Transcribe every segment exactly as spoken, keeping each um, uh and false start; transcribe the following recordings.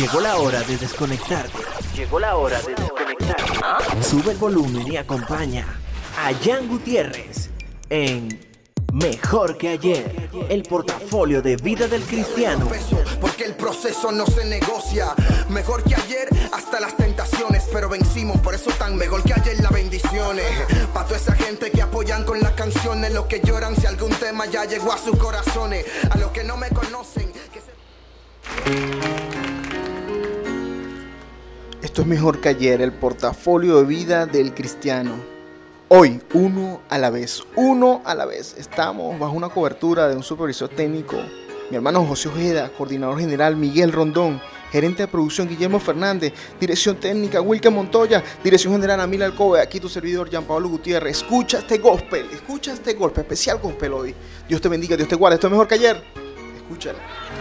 Llegó la hora de desconectarte. Llegó la hora de desconectarte. Sube el volumen y acompaña a Jan Gutiérrez en Mejor que Ayer, el portafolio de vida del cristiano. Porque el proceso no se negocia. Mejor que ayer hasta las tentaciones, pero vencimos, por eso tan mejor que ayer las bendiciones. Pa' toda esa gente que apoyan con las canciones, los que lloran si algún tema ya llegó a sus corazones. A los que no me conocen que se... Esto es Mejor que Ayer, el portafolio de vida del cristiano. Hoy, uno a la vez, uno a la vez. Estamos bajo una cobertura de un supervisor técnico, mi hermano José Ojeda, coordinador general Miguel Rondón, gerente de producción Guillermo Fernández, dirección técnica Wilke Montoya, dirección general Amila Alcobe, aquí tu servidor Jean Pablo Gutiérrez. Escucha este gospel, escucha este gospel, especial gospel hoy. Dios te bendiga, Dios te guarde, esto es Mejor que Ayer. Escúchala.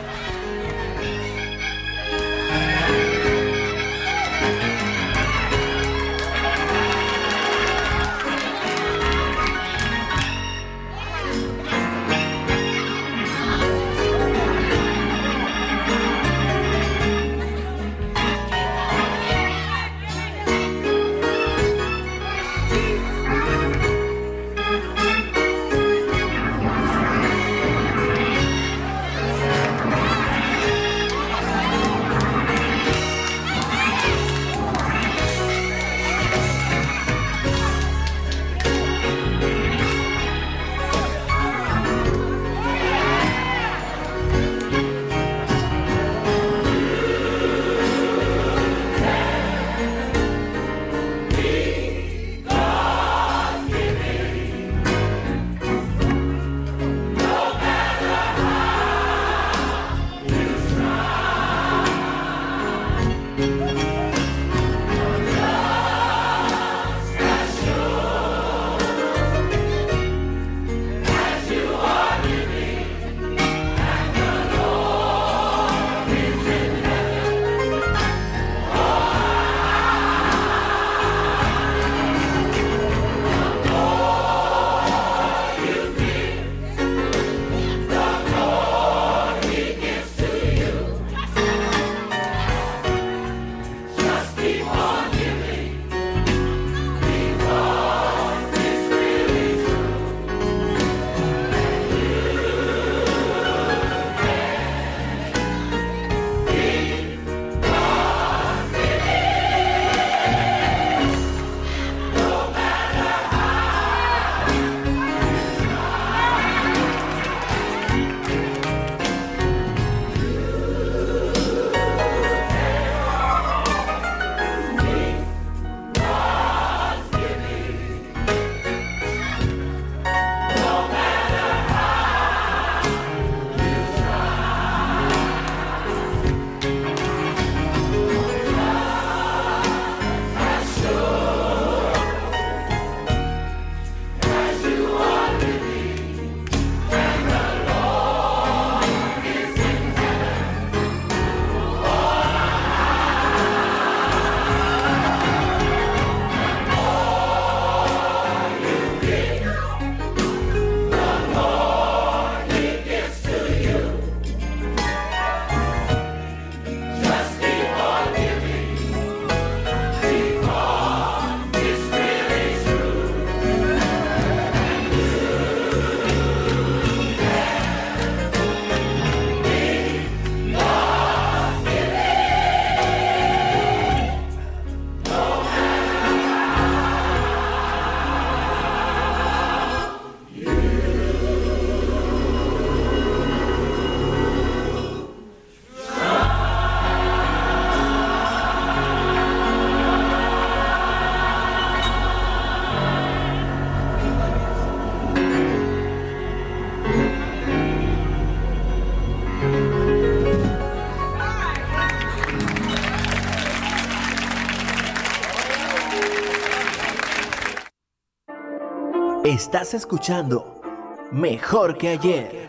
Estás escuchando Mejor que Ayer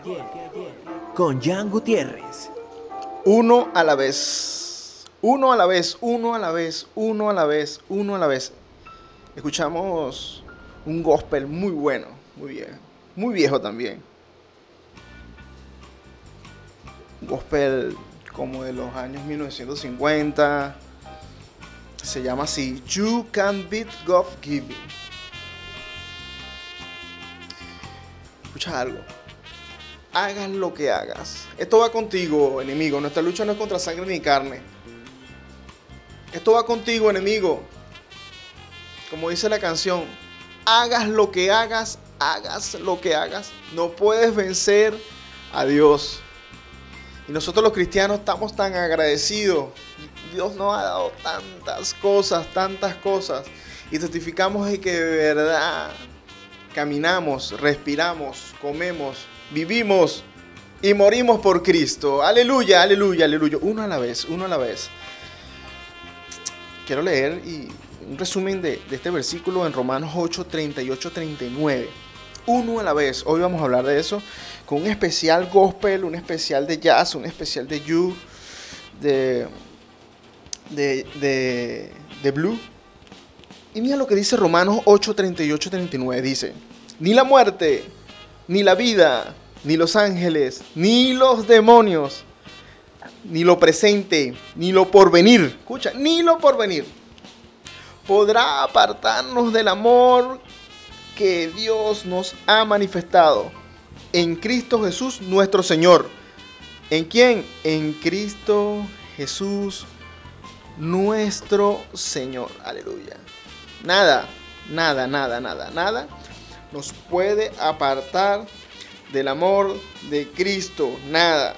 con Jan Gutiérrez. Uno a la vez, uno a la vez, uno a la vez, uno a la vez, uno a la vez. Escuchamos un gospel muy bueno, muy viejo, muy viejo también. Un gospel como de los años mil novecientos cincuenta. Se llama así, You Can't Beat God Giving. Escucha algo. Hagas lo que hagas. Esto va contigo, enemigo. Nuestra lucha no es contra sangre ni carne. Esto va contigo, enemigo. Como dice la canción, hagas lo que hagas, hagas lo que hagas, no puedes vencer a Dios. Y nosotros los cristianos estamos tan agradecidos. Dios nos ha dado tantas cosas, tantas cosas. Y testificamos de que de verdad caminamos, respiramos, comemos, vivimos y morimos por Cristo. Aleluya, aleluya, aleluya. Uno a la vez, uno a la vez. Quiero leer y un resumen de, de este versículo en Romanos ocho, treinta y ocho, treinta y nueve. Uno a la vez. Hoy vamos a hablar de eso con un especial gospel, un especial de jazz, un especial de you, de, de, de, de blue. Y mira lo que dice Romanos ocho, treinta y ocho, treinta y nueve. Dice, ni la muerte, ni la vida, ni los ángeles, ni los demonios, ni lo presente, ni lo porvenir, escucha, ni lo porvenir, podrá apartarnos del amor que Dios nos ha manifestado en Cristo Jesús nuestro Señor. ¿En quién? En Cristo Jesús nuestro Señor. Aleluya. Nada, nada, nada, nada, nada nos puede apartar del amor de Cristo. Nada.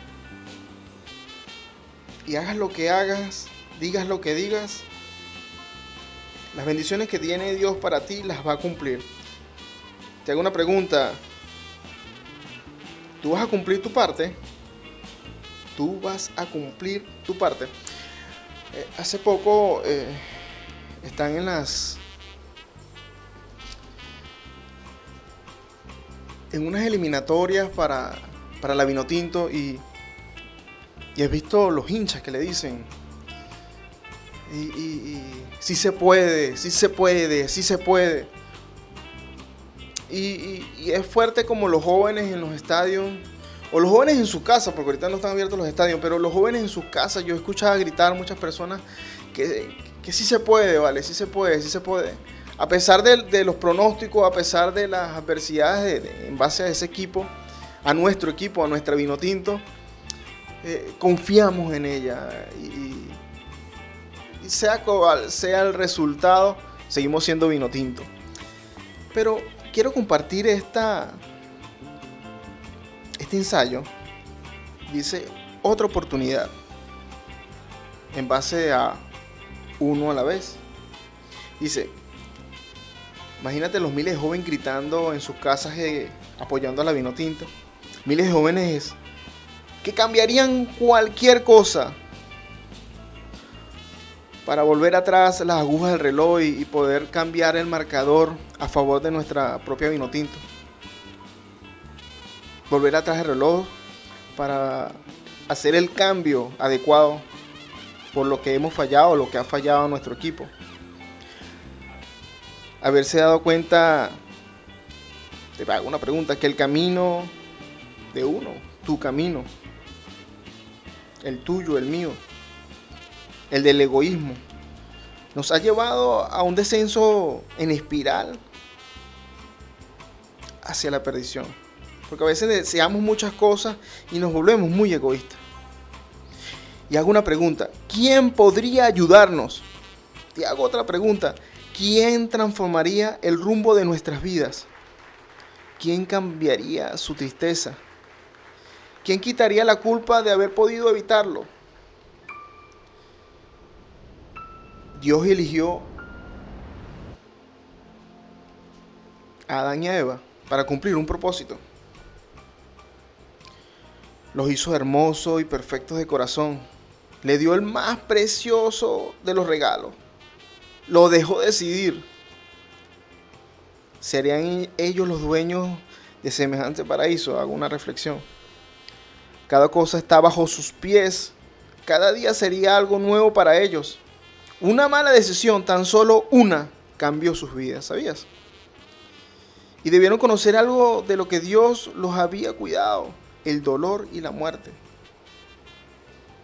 Y hagas lo que hagas, digas lo que digas, las bendiciones que tiene Dios para ti las va a cumplir. Te hago una pregunta. ¿Tú vas a cumplir tu parte? ¿Tú vas a cumplir tu parte? Eh, hace poco eh, están en las... en unas eliminatorias para, para la Vinotinto y... y he visto los hinchas que le dicen... Y, y, y sí se puede, sí se puede, sí se puede. Y, y, y es fuerte como los jóvenes en los estadios, o los jóvenes en su casa, porque ahorita no están abiertos los estadios, pero los jóvenes en sus casas, yo he escuchado gritar a muchas personas que, que sí se puede, vale, sí se puede, sí se puede. A pesar de, de los pronósticos, a pesar de las adversidades de, de, en base a ese equipo, a nuestro equipo, a nuestra Vinotinto, eh, confiamos en ella y, y sea cual sea el resultado, seguimos siendo Vinotinto. Pero quiero compartir esta, este ensayo. Dice, otra oportunidad, en base a uno a la vez. Dice, imagínate los miles de jóvenes gritando en sus casas, eh, apoyando a la Vinotinto. Miles de jóvenes que cambiarían cualquier cosa para volver atrás las agujas del reloj y, y poder cambiar el marcador a favor de nuestra propia Vinotinto. Volver atrás el reloj para hacer el cambio adecuado por lo que hemos fallado, lo que ha fallado nuestro equipo. Haberse dado cuenta, te hago una pregunta, que el camino de uno, tu camino, el tuyo, el mío, el del egoísmo, nos ha llevado a un descenso en espiral hacia la perdición. Porque a veces deseamos muchas cosas y nos volvemos muy egoístas. Y hago una pregunta, ¿quién podría ayudarnos? Te hago otra pregunta, ¿quién transformaría el rumbo de nuestras vidas? ¿Quién cambiaría su tristeza? ¿Quién quitaría la culpa de haber podido evitarlo? Dios eligió a Adán y a Eva para cumplir un propósito. Los hizo hermosos y perfectos de corazón. Le dio el más precioso de los regalos. Lo dejó decidir. ¿Serían ellos los dueños de semejante paraíso? Hago una reflexión. Cada cosa está bajo sus pies. Cada día sería algo nuevo para ellos. Una mala decisión, tan solo una, cambió sus vidas, ¿sabías? Y debieron conocer algo de lo que Dios los había cuidado, el dolor y la muerte.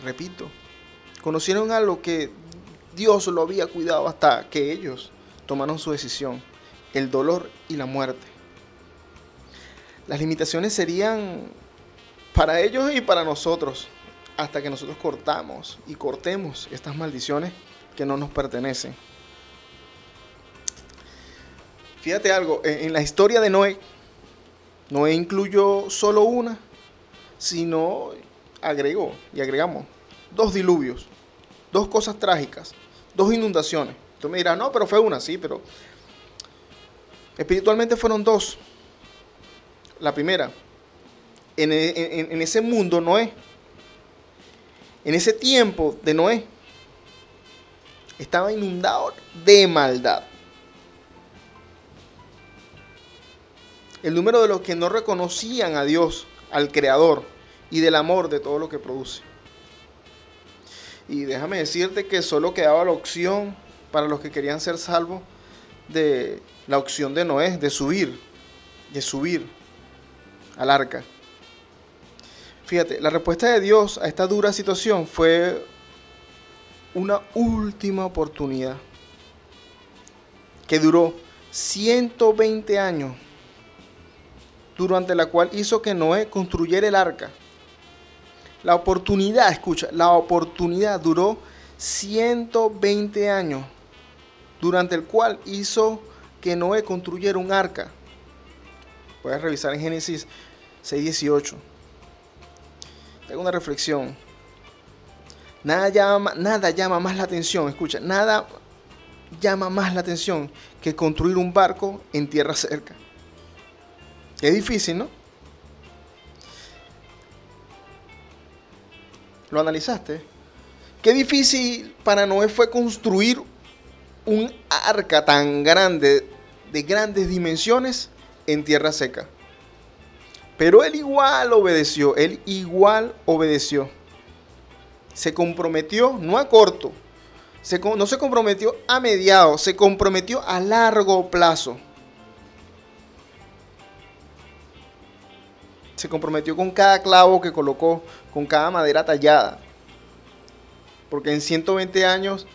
repito, conocieron algo que Dios lo había cuidado hasta que ellos tomaron su decisión, el dolor y la muerte. Las limitaciones serían para ellos y para nosotros, hasta que nosotros cortamos y cortemos estas maldiciones que no nos pertenecen. Fíjate algo, en la historia de Noé, Noé incluyó solo una, sino agregó y agregamos dos diluvios, dos cosas trágicas, dos inundaciones. Tú me dirás, no, pero fue una, sí, pero espiritualmente fueron dos. La primera, en, en, en ese mundo Noé, en ese tiempo de Noé, estaba inundado de maldad. El número de los que no reconocían a Dios, al Creador, y del amor de todo lo que produce. Y déjame decirte que solo quedaba la opción para los que querían ser salvos, de la opción de Noé, de subir, de subir al arca. Fíjate, la respuesta de Dios a esta dura situación fue una última oportunidad que duró ciento veinte años, durante la cual hizo que Noé construyera el arca. La oportunidad, escucha, la oportunidad duró ciento veinte años, durante el cual hizo que Noé construyera un arca. Puedes revisar en Génesis seis dieciocho. Tengo una reflexión. Nada llama, nada llama más la atención, escucha, nada llama más la atención que construir un barco en tierra seca. Es difícil, ¿no? ¿Lo analizaste? Qué difícil para Noé fue construir un arca tan grande, de grandes dimensiones, en tierra seca. Pero él igual obedeció, él igual obedeció. Se comprometió, no a corto, se, no se comprometió a mediado, se comprometió a largo plazo. Se comprometió con cada clavo que colocó, con cada madera tallada. Porque en ciento veinte años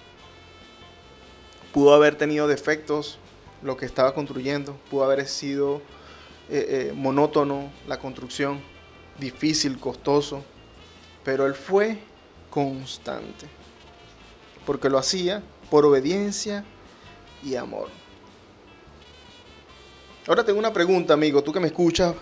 pudo haber tenido defectos lo que estaba construyendo, pudo haber sido eh, eh, monótono la construcción, difícil, costoso, pero él fue constante, porque lo hacía por obediencia y amor. Ahora tengo una pregunta, amigo, tú que me escuchas.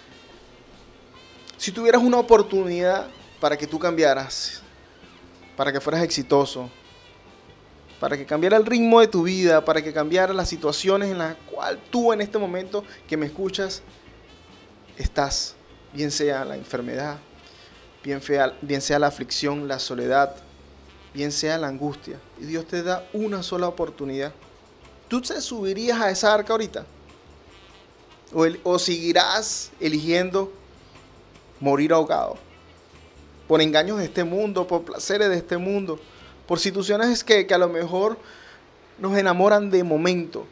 Si tuvieras una oportunidad para que tú cambiaras, para que fueras exitoso, para que cambiara el ritmo de tu vida, para que cambiara las situaciones en las cuales tú en este momento que me escuchas estás, bien sea la enfermedad, bien, fea, bien sea la aflicción, la soledad, bien sea la angustia, y Dios te da una sola oportunidad, ¿tú te subirías a esa arca ahorita? ¿O, el, o seguirás eligiendo morir ahogado por engaños de este mundo, por placeres de este mundo, por situaciones que, que a lo mejor nos enamoran de momento?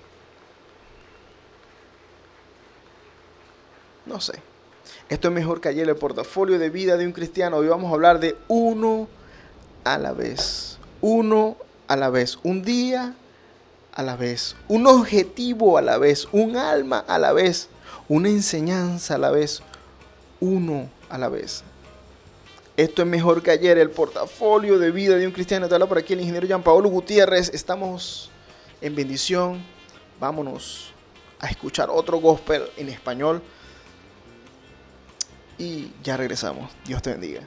No sé. Esto es Mejor que Ayer, el portafolio de vida de un cristiano. Hoy vamos a hablar de uno a la vez. Uno a la vez. Un día a la vez. Un objetivo a la vez. Un alma a la vez. Una enseñanza a la vez. Uno a la vez. Esto es Mejor que Ayer, el portafolio de vida de un cristiano. Te habla por aquí el ingeniero Gianpaolo Gutiérrez. Estamos en bendición. Vámonos a escuchar otro gospel en español. Y ya regresamos. Dios te bendiga.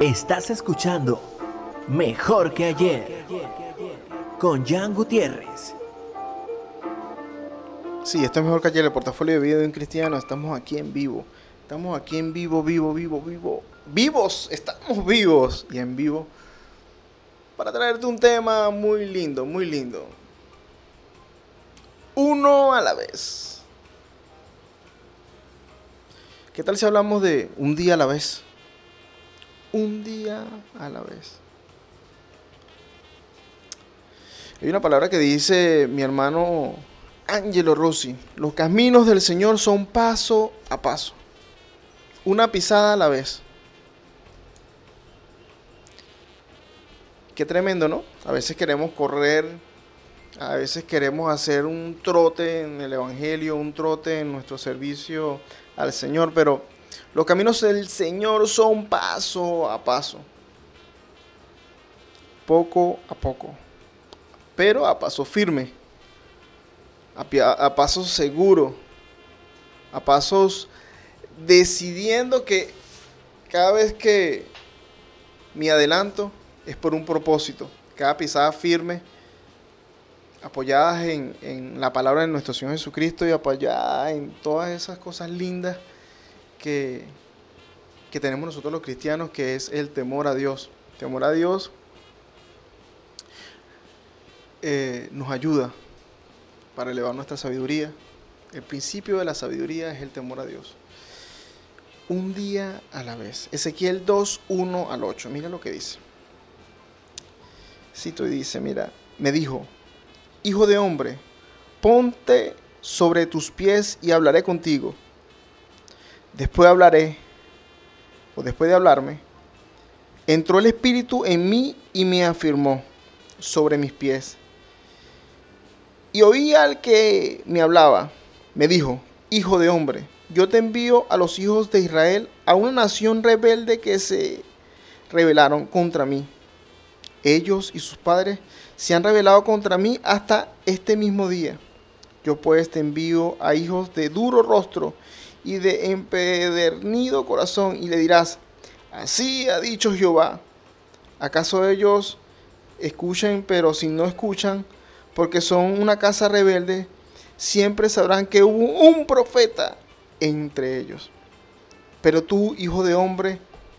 Estás escuchando Mejor que ayer con Jan Gutiérrez. Sí, esto es Mejor que ayer, el portafolio de vida de un cristiano. Estamos aquí en vivo. Estamos aquí en vivo, vivo, vivo, vivo. ¡Vivos! Estamos vivos y en vivo para traerte un tema muy lindo, muy lindo. Uno a la vez. ¿Qué tal si hablamos de un día a la vez? Un día a la vez. Hay una palabra que dice mi hermano Angelo Rossi: los caminos del Señor son paso a paso, una pisada a la vez. Qué tremendo, ¿no? A veces queremos correr, a veces queremos hacer un trote en el Evangelio, un trote en nuestro servicio al Señor, pero los caminos del Señor son paso a paso, poco a poco, pero a paso firme, a, a pasos seguros, a pasos decidiendo que cada vez que me adelanto es por un propósito, cada pisada firme, apoyadas en, en la palabra de nuestro Señor Jesucristo y apoyadas en todas esas cosas lindas que, que tenemos nosotros los cristianos, que es el temor a Dios. Temor a Dios eh, nos ayuda para elevar nuestra sabiduría. El principio de la sabiduría es el temor a Dios. Un día a la vez. Ezequiel dos, uno al ocho. Mira lo que dice. Cito y dice, mira, me dijo: hijo de hombre, ponte sobre tus pies y hablaré contigo. Después hablaré, o después de hablarme, entró el Espíritu en mí y me afirmó sobre mis pies. Y oí al que me hablaba, me dijo: hijo de hombre, yo te envío a los hijos de Israel, a una nación rebelde que se rebelaron contra mí. Ellos y sus padres se han rebelado contra mí hasta este mismo día. Yo pues te envío a hijos de duro rostro y de empedernido corazón, y le dirás: así ha dicho Jehová. ¿Acaso ellos escuchan, pero si no escuchan, porque son una casa rebelde, siempre sabrán que hubo un profeta entre ellos? Pero tú, hijo de hombre,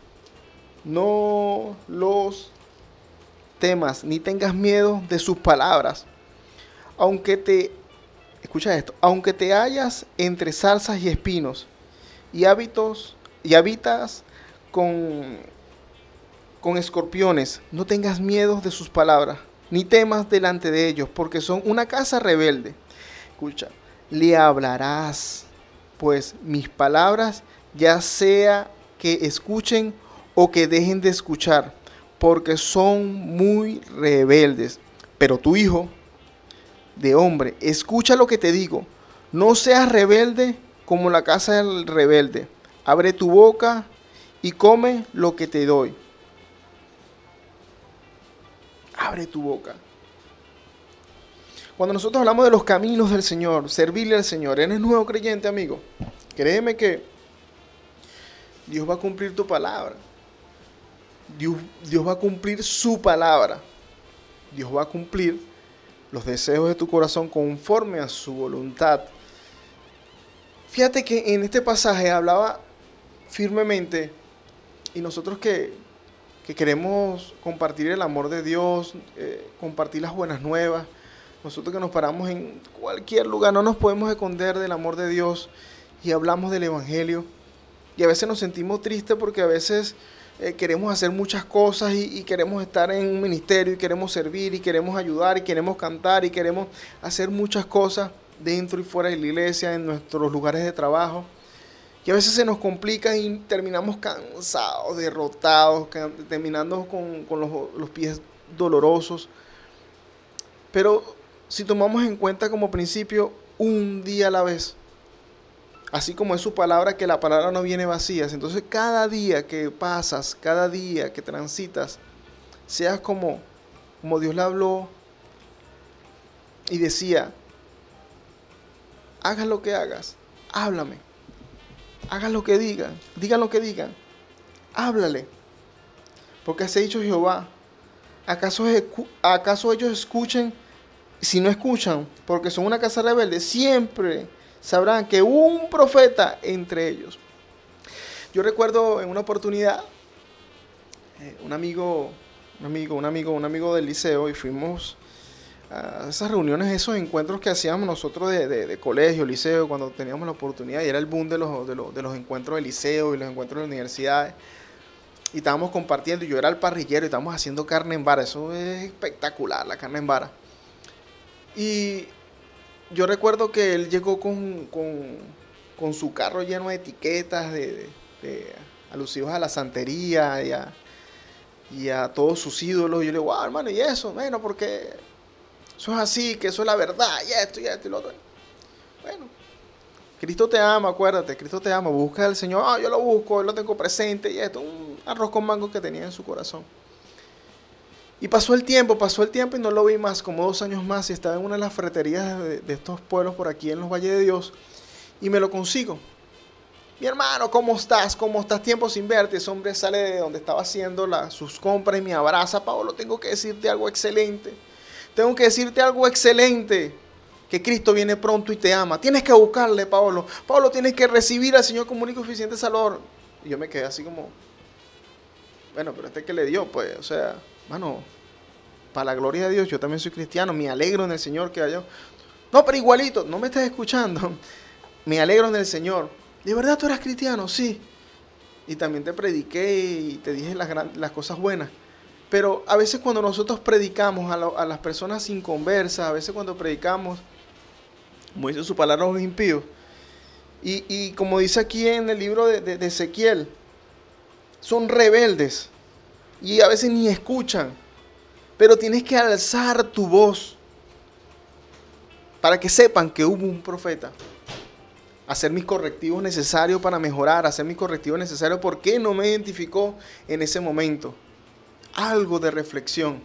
no los temas ni tengas miedo de sus palabras, aunque te, escucha esto, aunque te hallas entre zarzas y espinos y hábitos y habitas con, con escorpiones, no tengas miedo de sus palabras, ni temas delante de ellos, porque son una casa rebelde. Escucha, le hablarás, pues mis palabras, ya sea que escuchen o que dejen de escuchar, porque son muy rebeldes. Pero tu hijo de hombre, escucha lo que te digo. No seas rebelde como la casa del rebelde. Abre tu boca y come lo que te doy. Abre tu boca. Cuando nosotros hablamos de los caminos del Señor, servirle al Señor, eres nuevo creyente, amigo, créeme que Dios va a cumplir tu palabra. Dios, Dios va a cumplir su palabra. Dios va a cumplir los deseos de tu corazón conforme a su voluntad. Fíjate que en este pasaje hablaba firmemente, y nosotros que, que queremos compartir el amor de Dios, eh, compartir las buenas nuevas, nosotros que nos paramos en cualquier lugar, no nos podemos esconder del amor de Dios y hablamos del Evangelio. Y a veces nos sentimos tristes porque a veces eh, queremos hacer muchas cosas y, y queremos estar en un ministerio y queremos servir y queremos ayudar y queremos cantar y queremos hacer muchas cosas dentro y fuera de la iglesia, en nuestros lugares de trabajo. Y a veces se nos complica y terminamos cansados, derrotados, terminando con, con los, los pies dolorosos. Pero si tomamos en cuenta como principio un día a la vez, así como es su palabra, que la palabra no viene vacía, entonces cada día que pasas, cada día que transitas, seas como, como Dios le habló y decía: hagas lo que hagas, háblame. Hagan lo que digan, digan lo que digan, háblale. Porque así ha dicho Jehová. ¿Acaso, ¿Acaso ellos escuchen? Si no escuchan, porque son una casa rebelde, siempre sabrán que hubo un profeta entre ellos. Yo recuerdo en una oportunidad, eh, un amigo, un amigo, un amigo, un amigo del liceo, y fuimos a esas reuniones, esos encuentros que hacíamos nosotros de, de, de colegio, liceo, cuando teníamos la oportunidad, y era el boom de los, de los, de los encuentros del liceo y los encuentros de universidades. Y estábamos compartiendo, y yo era el parrillero, y estábamos haciendo carne en vara. Eso es espectacular, la carne en vara. Y yo recuerdo que él llegó con, con, con su carro lleno de etiquetas de, de, de alusivos a la santería y a, y a todos sus ídolos. Y yo le digo, wow, hermano, ¿y eso? Bueno, porque eso es así, que eso es la verdad, y esto, y esto, y lo otro. Bueno, Cristo te ama, acuérdate, Cristo te ama, busca al Señor. Ah, yo lo busco, yo lo tengo presente, y esto, un arroz con mango que tenía en su corazón. Y pasó el tiempo, pasó el tiempo y no lo vi más, como dos años más, y estaba en una de las ferreterías de, de estos pueblos por aquí en los Valles de Dios, y me lo consigo. Mi hermano, ¿cómo estás? ¿Cómo estás? Tiempo sin verte. Ese hombre sale de donde estaba haciendo la, sus compras y me abraza. Pablo, tengo que decirte algo excelente. Tengo que decirte algo excelente. Que Cristo viene pronto y te ama. Tienes que buscarle, Pablo. Pablo, tienes que recibir al Señor como único y suficiente Salvador. Y yo me quedé así como, bueno, pero este que le dio, pues, o sea, mano, para la gloria de Dios, yo también soy cristiano, me alegro en el Señor que haya. No, pero igualito, no me estás escuchando. Me alegro en el Señor. ¿De verdad tú eras cristiano? Sí. Y también te prediqué y te dije las, gran, las cosas buenas. Pero a veces cuando nosotros predicamos a, lo, a las personas sin conversa, a veces cuando predicamos, como dice su palabra, los impíos, y, y como dice aquí en el libro de, de, de Ezequiel, son rebeldes y a veces ni escuchan, pero tienes que alzar tu voz para que sepan que hubo un profeta. Hacer mis correctivos necesarios para mejorar, hacer mis correctivos necesarios porque no me identificó en ese momento. Algo de reflexión.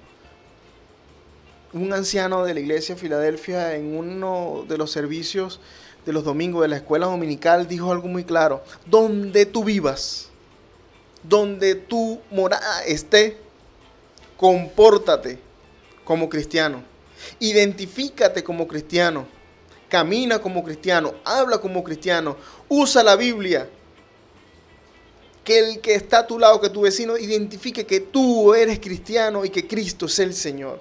Un anciano de la iglesia de Filadelfia en uno de los servicios de los domingos de la escuela dominical dijo algo muy claro. Donde tú vivas, donde tu morada esté, compórtate como cristiano. Identifícate como cristiano. Camina como cristiano. Habla como cristiano. Usa la Biblia. Que el que está a tu lado, que tu vecino, identifique que tú eres cristiano y que Cristo es el Señor.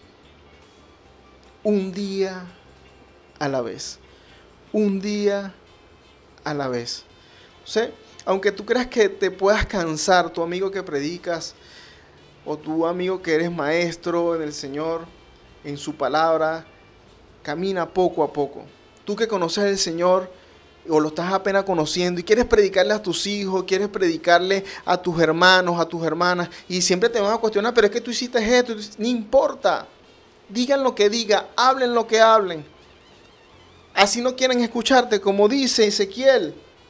Un día a la vez. Un día a la vez. O sea, aunque tú creas que te puedas cansar, tu amigo que predicas, o tu amigo que eres maestro en el Señor, en su palabra, camina poco a poco. Tú que conoces al Señor, o lo estás apenas conociendo y quieres predicarle a tus hijos, quieres predicarle a tus hermanos, a tus hermanas, y siempre te van a cuestionar, pero es que tú hiciste esto, no importa, digan lo que digan, hablen lo que hablen, así no quieren escucharte, como dice Ezequiel.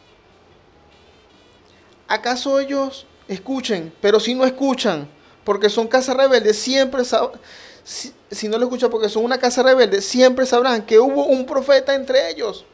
¿Acaso ellos escuchen? Pero si no escuchan, porque son casa rebelde, siempre sabrán, si, si no lo escuchan porque son una casa rebelde, siempre sabrán que hubo un profeta entre ellos.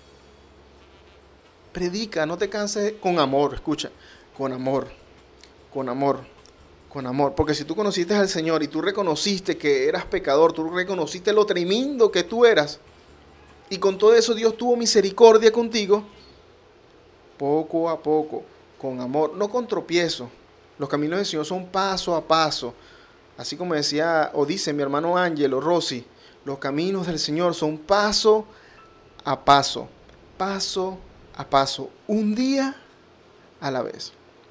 Predica, no te canses, con amor, escucha, con amor, con amor, con amor. Porque si tú conociste al Señor y tú reconociste que eras pecador, tú reconociste lo tremendo que tú eras, y con todo eso Dios tuvo misericordia contigo, poco a poco, con amor, no con tropiezo. Los caminos del Señor son paso a paso. Así como decía o dice mi hermano Ángelo Rossi, los caminos del Señor son paso a paso, paso a paso, un día a la vez.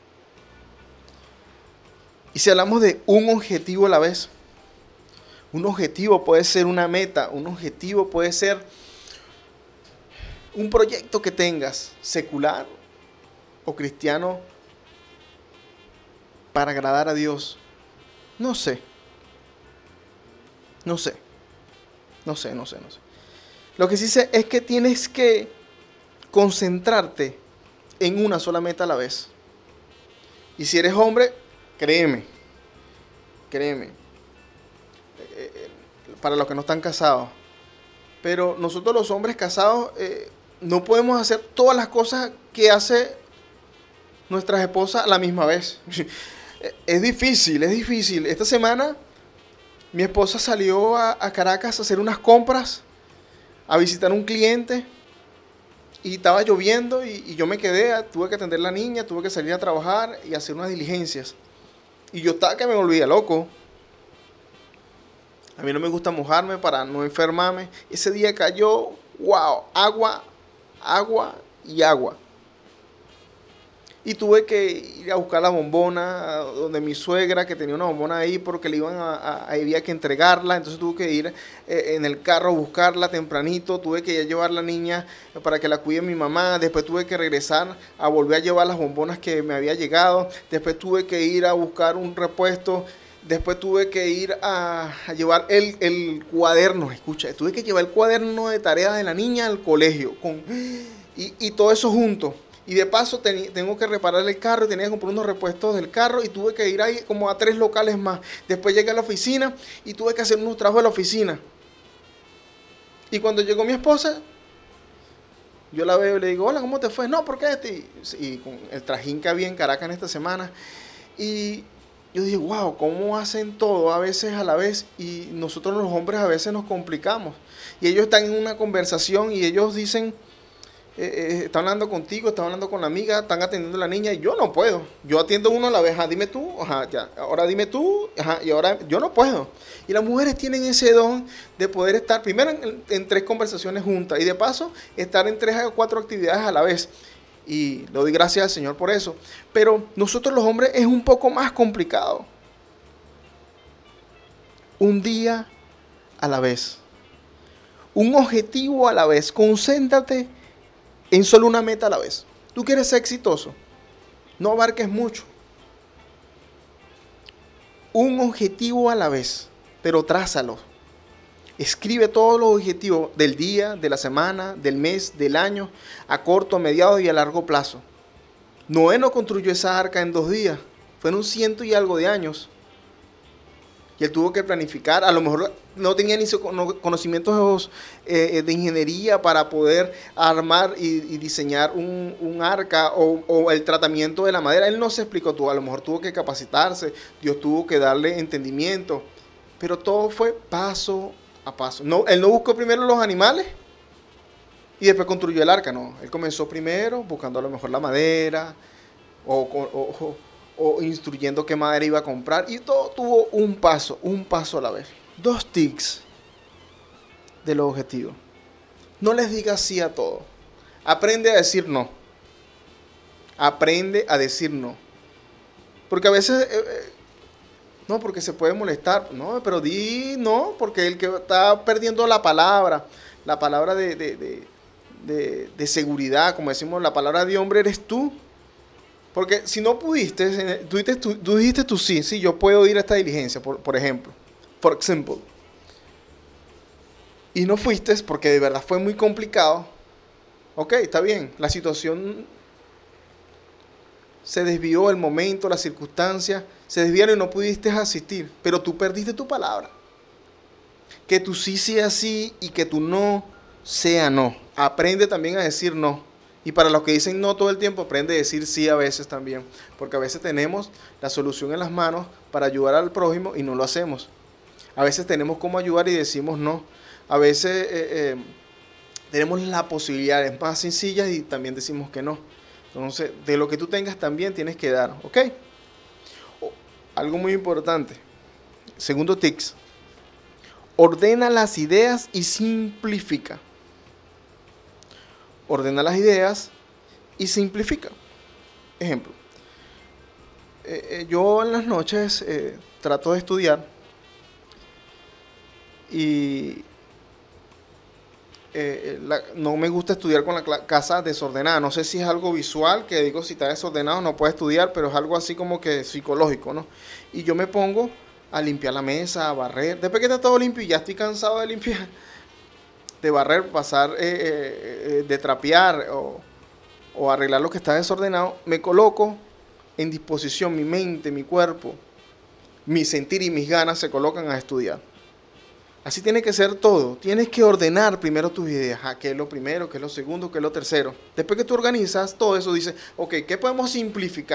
Y si hablamos de un objetivo a la vez, un objetivo puede ser una meta, un objetivo puede ser un proyecto que tengas, secular o cristiano, para agradar a Dios. No sé. No sé. No sé, no sé, no sé. Lo que sí sé es que tienes que concentrarte en una sola meta a la vez. Y si eres hombre, créeme. Créeme. Eh, para los que no están casados. Pero nosotros los hombres casados eh, no podemos hacer todas las cosas que hace nuestras esposas a la misma vez. Es difícil, es difícil. Esta semana mi esposa salió a, a Caracas a hacer unas compras, a visitar a un cliente, y estaba lloviendo y, y yo me quedé, tuve que atender a la niña, tuve que salir a trabajar y hacer unas diligencias. Y yo estaba que me volvía loco. A mí no me gusta mojarme para no enfermarme. Ese día cayó, wow, agua, agua y agua. Y tuve que ir a buscar la bombona donde mi suegra, que tenía una bombona ahí porque le iban a, a, había que entregarla. Entonces tuve que ir eh, en el carro a buscarla tempranito. Tuve que ir a llevar a la niña para que la cuide mi mamá. Después tuve que regresar a volver a llevar las bombonas que me había llegado. Después tuve que ir a buscar un repuesto. Después tuve que ir a, a llevar el, el cuaderno. Escucha, tuve que llevar el cuaderno de tareas de la niña al colegio. Con, y, y todo eso junto. Y de paso ten, tengo que reparar el carro y tenía que comprar unos repuestos del carro y tuve que ir ahí como a tres locales más. Después llegué a la oficina y tuve que hacer unos trabajos de la oficina. Y cuando llegó mi esposa, yo la veo y le digo, hola, ¿cómo te fue? No, ¿por qué? Este? Y, y con el trajín que había en Caracas en esta semana. Y yo dije, wow, ¿cómo hacen todo a veces a la vez? Y nosotros los hombres a veces nos complicamos. Y ellos están en una conversación y ellos dicen... Eh, eh, está hablando contigo, está hablando con la amiga, están atendiendo a la niña y yo no puedo. Yo atiendo uno a la vez, ajá, dime tú, ajá, ya, ahora dime tú, ajá, y ahora yo no puedo. Y las mujeres tienen ese don de poder estar primero en, en tres conversaciones juntas y de paso estar en tres o cuatro actividades a la vez. Y le doy gracias al Señor por eso. Pero nosotros los hombres es un poco más complicado. Un día a la vez. Un objetivo a la vez. Concéntrate en solo una meta a la vez. Tú quieres ser exitoso, no abarques mucho. Un objetivo a la vez, pero trázalo. Escribe todos los objetivos del día, de la semana, del mes, del año, a corto, a mediado y a largo plazo. Noé no construyó esa arca en dos días, fueron ciento y algo de años. Y él tuvo que planificar, a lo mejor no tenía ni conocimientos eh, de ingeniería para poder armar y, y diseñar un, un arca o, o el tratamiento de la madera. Él no se explicó todo, a lo mejor tuvo que capacitarse, Dios tuvo que darle entendimiento, pero todo fue paso a paso. No, él no buscó primero los animales y después construyó el arca, no. Él comenzó primero buscando a lo mejor la madera o... o, o o instruyendo qué madera iba a comprar y todo tuvo un paso, un paso a la vez. Dos tics de los objetivos. No les digas sí a todo. Aprende a decir no. Aprende a decir no. Porque a veces, eh, eh, no, porque se puede molestar. No, pero di no, porque el que está perdiendo la palabra, la palabra de, de, de, de, de seguridad, como decimos, la palabra de hombre eres tú. Porque si no pudiste, tú dijiste, tú, tú dijiste tú sí, sí, yo puedo ir a esta diligencia, por, por ejemplo. Por ejemplo. Y no fuiste porque de verdad fue muy complicado. Ok, está bien. La situación se desvió, el momento, las circunstancias se desviaron y no pudiste asistir. Pero tú perdiste tu palabra. Que tu sí sea sí y que tu no sea no. Aprende también a decir no. Y para los que dicen no todo el tiempo, aprende a decir sí a veces también. Porque a veces tenemos la solución en las manos para ayudar al prójimo y no lo hacemos. A veces tenemos cómo ayudar y decimos no. A veces eh, eh, tenemos las posibilidades más sencillas y también decimos que no. Entonces, de lo que tú tengas también tienes que dar. ¿Ok? Oh, algo muy importante. Segundo tips. Ordena las ideas y simplifica. Ordena las ideas y simplifica. Ejemplo, eh, eh, yo en las noches eh, trato de estudiar y eh, la, no me gusta estudiar con la casa desordenada. No sé si es algo visual, que digo, si está desordenado no puedo estudiar, pero es algo así como que psicológico, ¿no? Y yo me pongo a limpiar la mesa, a barrer. Después que está todo limpio y ya estoy cansado de limpiar, de barrer, pasar, eh, eh, de trapear o, o arreglar lo que está desordenado, me coloco en disposición, mi mente, mi cuerpo, mi sentir y mis ganas se colocan a estudiar. Así tiene que ser todo. Tienes que ordenar primero tus ideas. Ah, ¿qué es lo primero? ¿Qué es lo segundo? ¿Qué es lo tercero? Después que tú organizas todo eso, dices, ok, ¿qué podemos simplificar?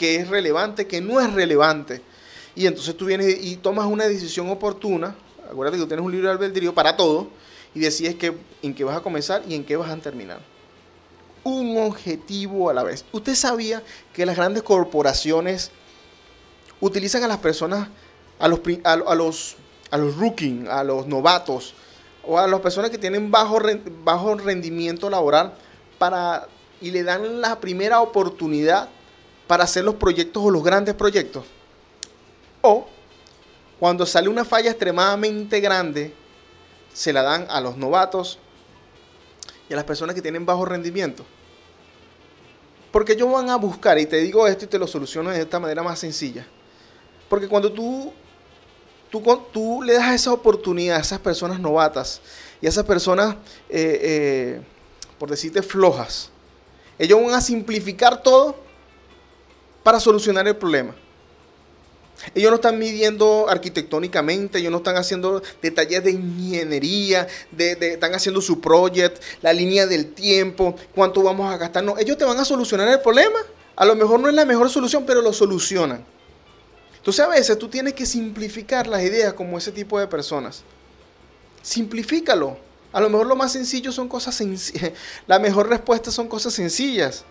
qué es relevante, qué no es relevante. Y entonces tú vienes y tomas una decisión oportuna. Acuérdate que tú tienes un libre albedrío para todo y decides que, en qué vas a comenzar y en qué vas a terminar. Un objetivo a la vez. ¿Usted sabía que las grandes corporaciones utilizan a las personas, a los, a, a los, a los rookies, a los novatos o a las personas que tienen bajo, bajo rendimiento laboral para, y le dan la primera oportunidad para hacer los proyectos o los grandes proyectos? O cuando sale una falla extremadamente grande, se la dan a los novatos y a las personas que tienen bajo rendimiento. Porque ellos van a buscar, y te digo esto y te lo soluciono de esta manera más sencilla. Porque cuando tú, tú, tú le das esa oportunidad a esas personas novatas y a esas personas, eh, eh, por decirte, flojas, ellos van a simplificar todo para solucionar el problema. Ellos no están midiendo arquitectónicamente, ellos no están haciendo detalles de ingeniería, de, de, están haciendo su project, la línea del tiempo, cuánto vamos a gastar. No, ellos te van a solucionar el problema. A lo mejor no es la mejor solución, pero lo solucionan. Entonces a veces tú tienes que simplificar las ideas como ese tipo de personas. Simplifícalo. A lo mejor lo más sencillo son cosas sencillas. La mejor respuesta son cosas sencillas.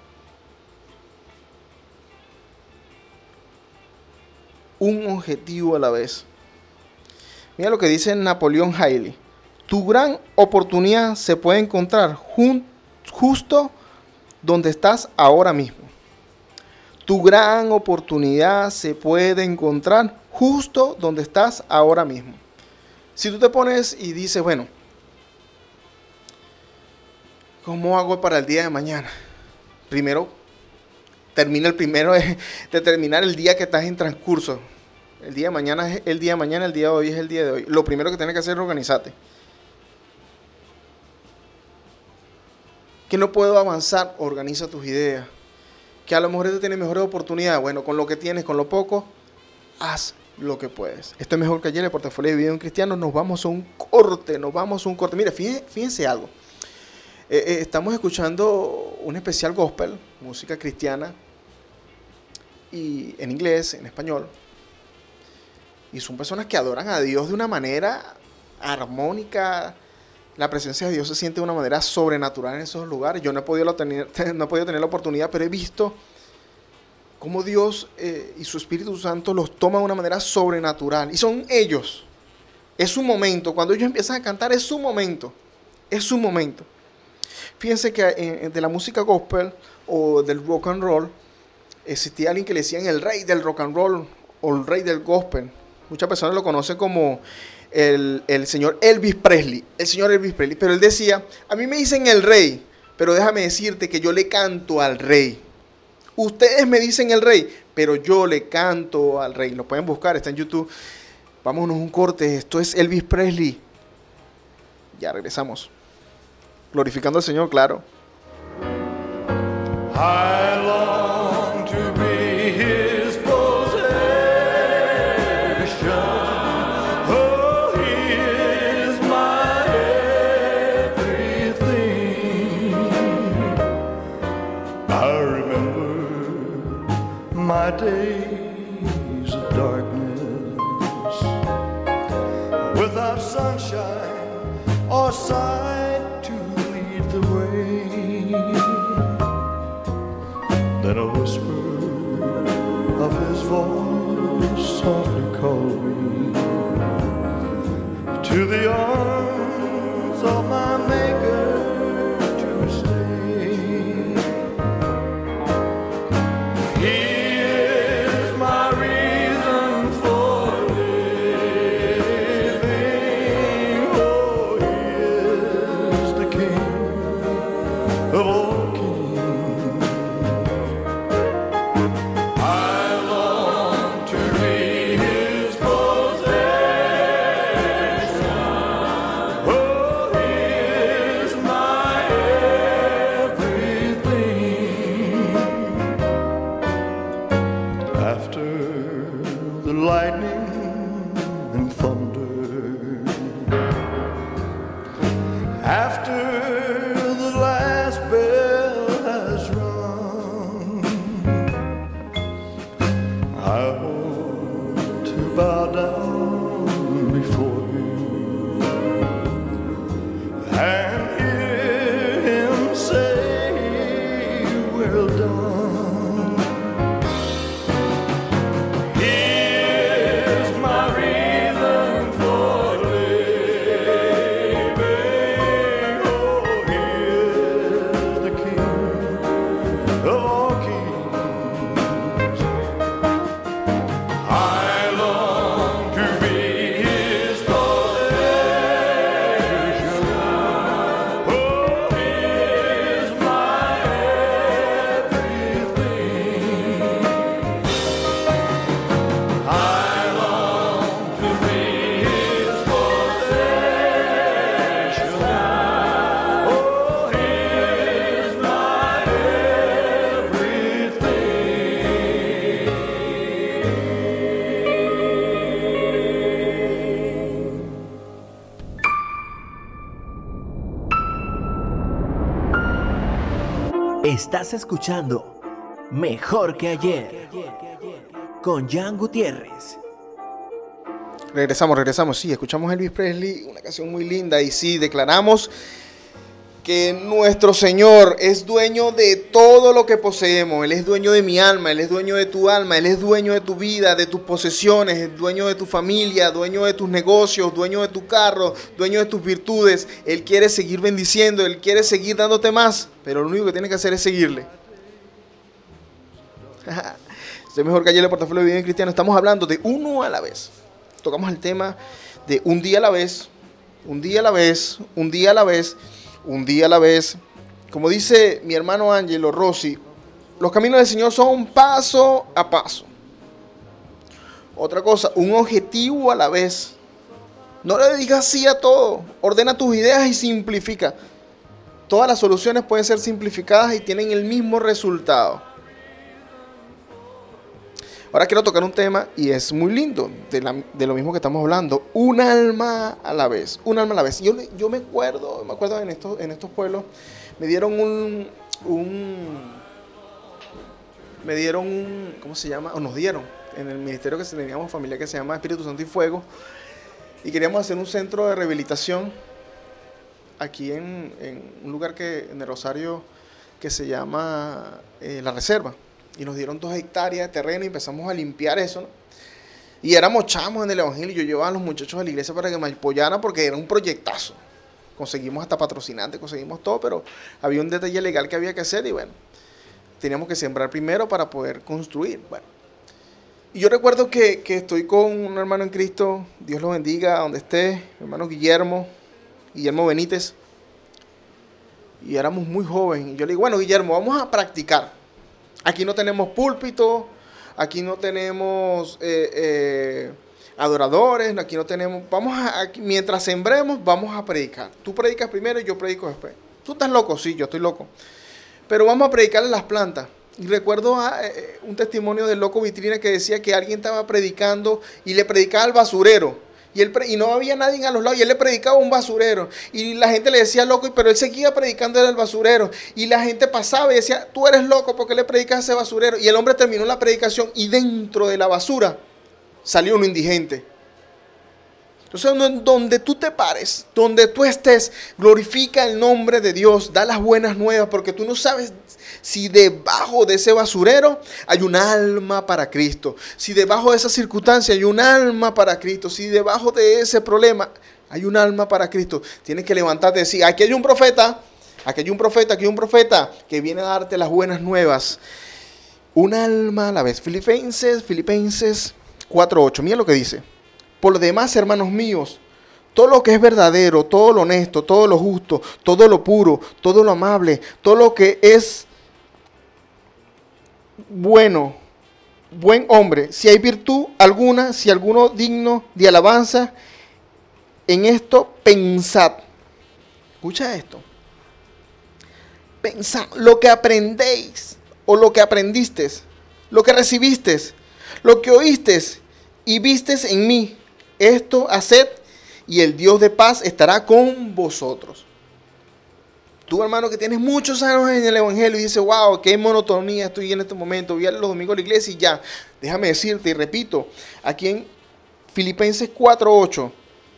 Un objetivo a la vez. Mira lo que dice Napoleón Hill. Tu gran oportunidad se puede encontrar jun- justo donde estás ahora mismo. Tu gran oportunidad se puede encontrar justo donde estás ahora mismo. Si tú te pones y dices, bueno, ¿cómo hago para el día de mañana? Primero, termina el primero de, de terminar el día que estás en transcurso. El día de mañana es el día de mañana, el día de hoy es el día de hoy. Lo primero que tienes que hacer es organizarte. Que no puedo avanzar, organiza tus ideas. Que a lo mejor tú tienes mejores oportunidades. Bueno, con lo que tienes, con lo poco, haz lo que puedes. Esto es Mejor que Ayer, el portafolio de vida de un cristiano. Nos vamos a un corte, nos vamos a un corte. Mira, fíjense, fíjense algo. Eh, eh, estamos escuchando un especial gospel, música cristiana, y en inglés, en español. Y son personas que adoran a Dios de una manera armónica. La presencia de Dios se siente de una manera sobrenatural en esos lugares. Yo no he podido tener, no he podido tener la oportunidad, pero he visto cómo Dios eh, y su Espíritu Santo los toma de una manera sobrenatural. Y son ellos. Es su momento. Cuando ellos empiezan a cantar, es su momento. Es su momento. Fíjense que eh, de la música gospel o del rock and roll, existía alguien que le decían el rey del rock and roll o el rey del gospel. Muchas personas lo conocen como el, el señor Elvis Presley. El señor Elvis Presley. Pero él decía, a mí me dicen el rey, pero déjame decirte que yo le canto al rey. Ustedes me dicen el rey, pero yo le canto al rey. Lo pueden buscar, está en YouTube. Vámonos un corte. Esto es Elvis Presley. Ya regresamos. Glorificando al Señor, claro. I long to be his possession. Oh, he is my everything. I remember my days of darkness without sunshine or sight to lead the way. Then a whisper of his voice softly called me to the arms of my Maker to stay. He is my reason for living. Oh, he is the King of all kings. bow down before you and hear him say, well done. Here's my reason for living. Oh, here's the King of all kings. I long to be his possession. Oh, here's my everything. I long to be his possession. Oh, here's my everything. Estás escuchando Mejor que ayer con Jan Gutiérrez. Regresamos, regresamos. Sí, escuchamos Elvis Presley, una canción muy linda. Y sí, declaramos que nuestro Señor es dueño de todo lo que poseemos. Él es dueño de mi alma, Él es dueño de tu alma, Él es dueño de tu vida, de tus posesiones, es dueño de tu familia, dueño de tus negocios, dueño de tu carro, dueño de tus virtudes. Él quiere seguir bendiciendo, Él quiere seguir dándote más, pero lo único que tienes que hacer es seguirle. Soy Mejor que ayer, el portafolio de vida cristiano. Estamos hablando de uno a la vez. Tocamos el tema de un día a la vez, un día a la vez, un día a la vez, un día a la vez. Como dice mi hermano Angelo Rossi, los caminos del Señor son paso a paso. Otra cosa, un objetivo a la vez. No le digas sí a todo. Ordena tus ideas y simplifica. Todas las soluciones pueden ser simplificadas y tienen el mismo resultado. Ahora quiero tocar un tema y es muy lindo, de, la, de lo mismo que estamos hablando. Un alma a la vez, un alma a la vez. Yo, yo me acuerdo, me acuerdo en estos, en estos pueblos, me dieron un, un, me dieron un, ¿cómo se llama? O nos dieron, en el ministerio que teníamos familia que se llama Espíritu Santo y Fuego, y queríamos hacer un centro de rehabilitación aquí en, en un lugar que, en el Rosario que se llama eh, La Reserva. Y nos dieron dos hectáreas de terreno y empezamos a limpiar eso, ¿no? Y éramos chamos en el evangelio. Yo llevaba a los muchachos a la iglesia para que me apoyaran porque era un proyectazo. Conseguimos hasta patrocinantes, conseguimos todo, pero había un detalle legal que había que hacer y bueno, teníamos que sembrar primero para poder construir. Bueno, y yo recuerdo que, que estoy con un hermano en Cristo, Dios lo bendiga, donde esté, mi hermano Guillermo, Guillermo Benítez. Y éramos muy jóvenes. Y yo le digo, bueno, Guillermo, vamos a practicar. Aquí no tenemos púlpito, aquí no tenemos eh, eh, adoradores, aquí no tenemos... Vamos a, aquí, mientras sembremos, vamos a predicar. Tú predicas primero y yo predico después. ¿Tú estás loco? Sí, yo estoy loco. Pero vamos a predicarle las plantas. Y recuerdo a, eh, un testimonio del loco Vitrina que decía que alguien estaba predicando y le predicaba al basurero. Y, él, y no había nadie a los lados, y él le predicaba a un basurero, y la gente le decía loco, pero él seguía predicando al basurero, y la gente pasaba y decía, tú eres loco, ¿por qué le predicas a ese basurero? Y el hombre terminó la predicación, y dentro de la basura salió un indigente. Entonces, donde tú te pares, donde tú estés, glorifica el nombre de Dios, da las buenas nuevas, porque tú no sabes si debajo de ese basurero hay un alma para Cristo, si debajo de esa circunstancia hay un alma para Cristo, si debajo de ese problema hay un alma para Cristo. Tienes que levantarte y decir, aquí hay un profeta, aquí hay un profeta, aquí hay un profeta que viene a darte las buenas nuevas. Un alma a la vez. Filipenses, Filipenses cuatro ocho, mira lo que dice. Por lo demás, hermanos míos, todo lo que es verdadero, todo lo honesto, todo lo justo, todo lo puro, todo lo amable, todo lo que es bueno, buen hombre, si hay virtud alguna, si alguno digno de alabanza, en esto pensad. Escucha esto. Pensad lo que aprendéis o lo que aprendisteis, lo que recibisteis, lo que oísteis y visteis en mí. Esto haced y el Dios de paz estará con vosotros. Tú, hermano, que tienes muchos años en el evangelio y dices, wow, qué monotonía estoy en este momento, voy a los domingos a la iglesia y ya. Déjame decirte y repito, aquí en Filipenses cuatro ocho.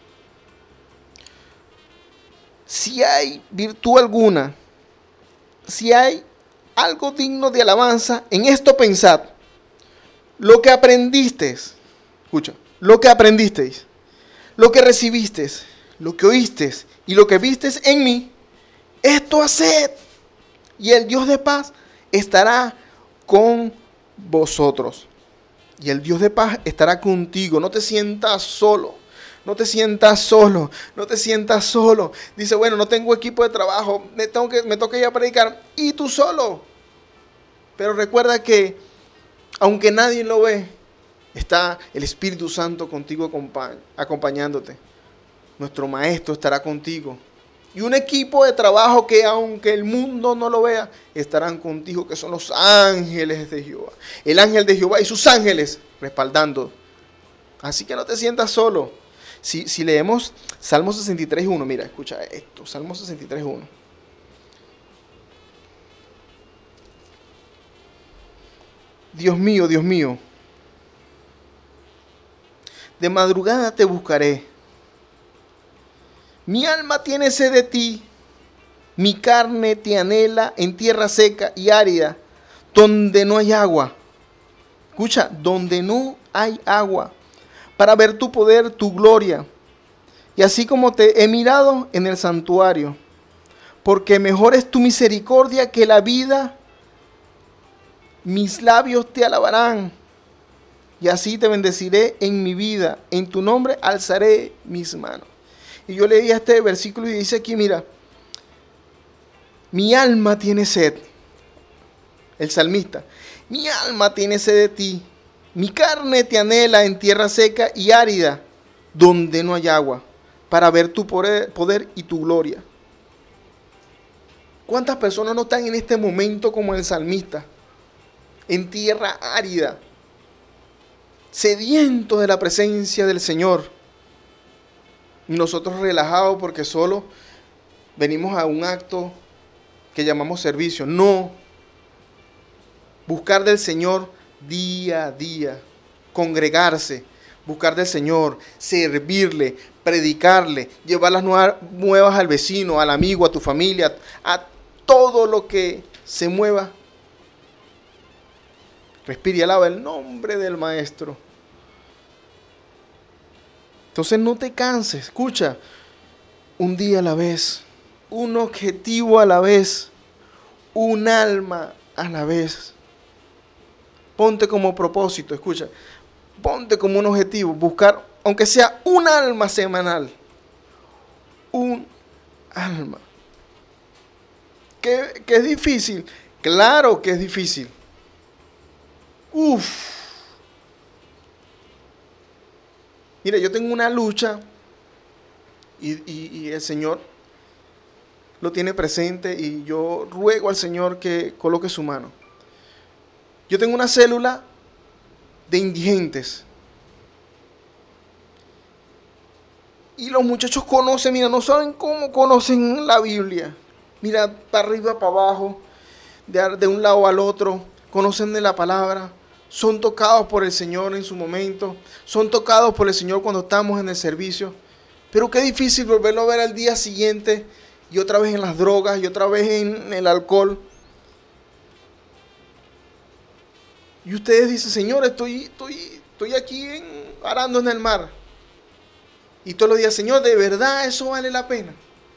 Si hay virtud alguna, si hay algo digno de alabanza, en esto pensad. Lo que aprendisteis, escucha, lo que aprendisteis, lo que recibisteis, lo que oísteis y lo que visteis en mí, esto haced, y el Dios de paz estará con vosotros. Y el Dios de paz estará contigo. No te sientas solo. No te sientas solo, no te sientas solo. Dice, bueno, no tengo equipo de trabajo, me, tengo que, me toca ir a predicar. Y tú solo. Pero recuerda que, aunque nadie lo ve, está el Espíritu Santo contigo acompañándote. Nuestro Maestro estará contigo. Y un equipo de trabajo que, aunque el mundo no lo vea, estarán contigo, que son los ángeles de Jehová. El ángel de Jehová y sus ángeles respaldando. Así que no te sientas solo. Si, si leemos Salmo sesenta y tres uno, mira, escucha esto, Salmo sesenta y tres uno. Dios mío, Dios mío, de madrugada te buscaré. Mi alma tiene sed de ti, mi carne te anhela en tierra seca y árida, donde no hay agua. Escucha, donde no hay agua, para ver tu poder, tu gloria, y así como te he mirado en el santuario, porque mejor es tu misericordia que la vida, mis labios te alabarán, y así te bendeciré en mi vida, en tu nombre alzaré mis manos. Y yo leí este versículo y dice aquí, mira, mi alma tiene sed, el salmista, mi alma tiene sed de ti. Mi carne te anhela en tierra seca y árida, donde no hay agua, para ver tu poder, poder y tu gloria. ¿Cuántas personas no están en este momento como el salmista? En tierra árida, sedientos de la presencia del Señor. Y nosotros relajados porque solo venimos a un acto que llamamos servicio. No. Buscar del Señor día a día, congregarse, buscar del Señor, servirle, predicarle, llevar las nuevas al vecino, al amigo, a tu familia, a todo lo que se mueva. Respira y alaba el nombre del Maestro. Entonces no te canses, escucha, un día a la vez, un objetivo a la vez, un alma a la vez. Ponte como propósito, escucha, ponte como un objetivo, buscar, aunque sea un alma semanal, un alma. ¿Que, que es difícil? Claro que es difícil. Uf. Mira, yo tengo una lucha y, y, y el Señor lo tiene presente y yo ruego al Señor que coloque su mano. Yo tengo una célula de indigentes. Y los muchachos conocen, mira, no saben cómo conocen la Biblia. Mira, para arriba, para abajo, de, de un lado al otro, conocen de la palabra. Son tocados por el Señor en su momento. Son tocados por el Señor cuando estamos en el servicio. Pero qué difícil volverlo a ver al día siguiente y otra vez en las drogas y otra vez en el alcohol. Y ustedes dicen, Señor, estoy, estoy, estoy aquí en, arando en el mar. Y todos los días, Señor, ¿de verdad eso vale la pena?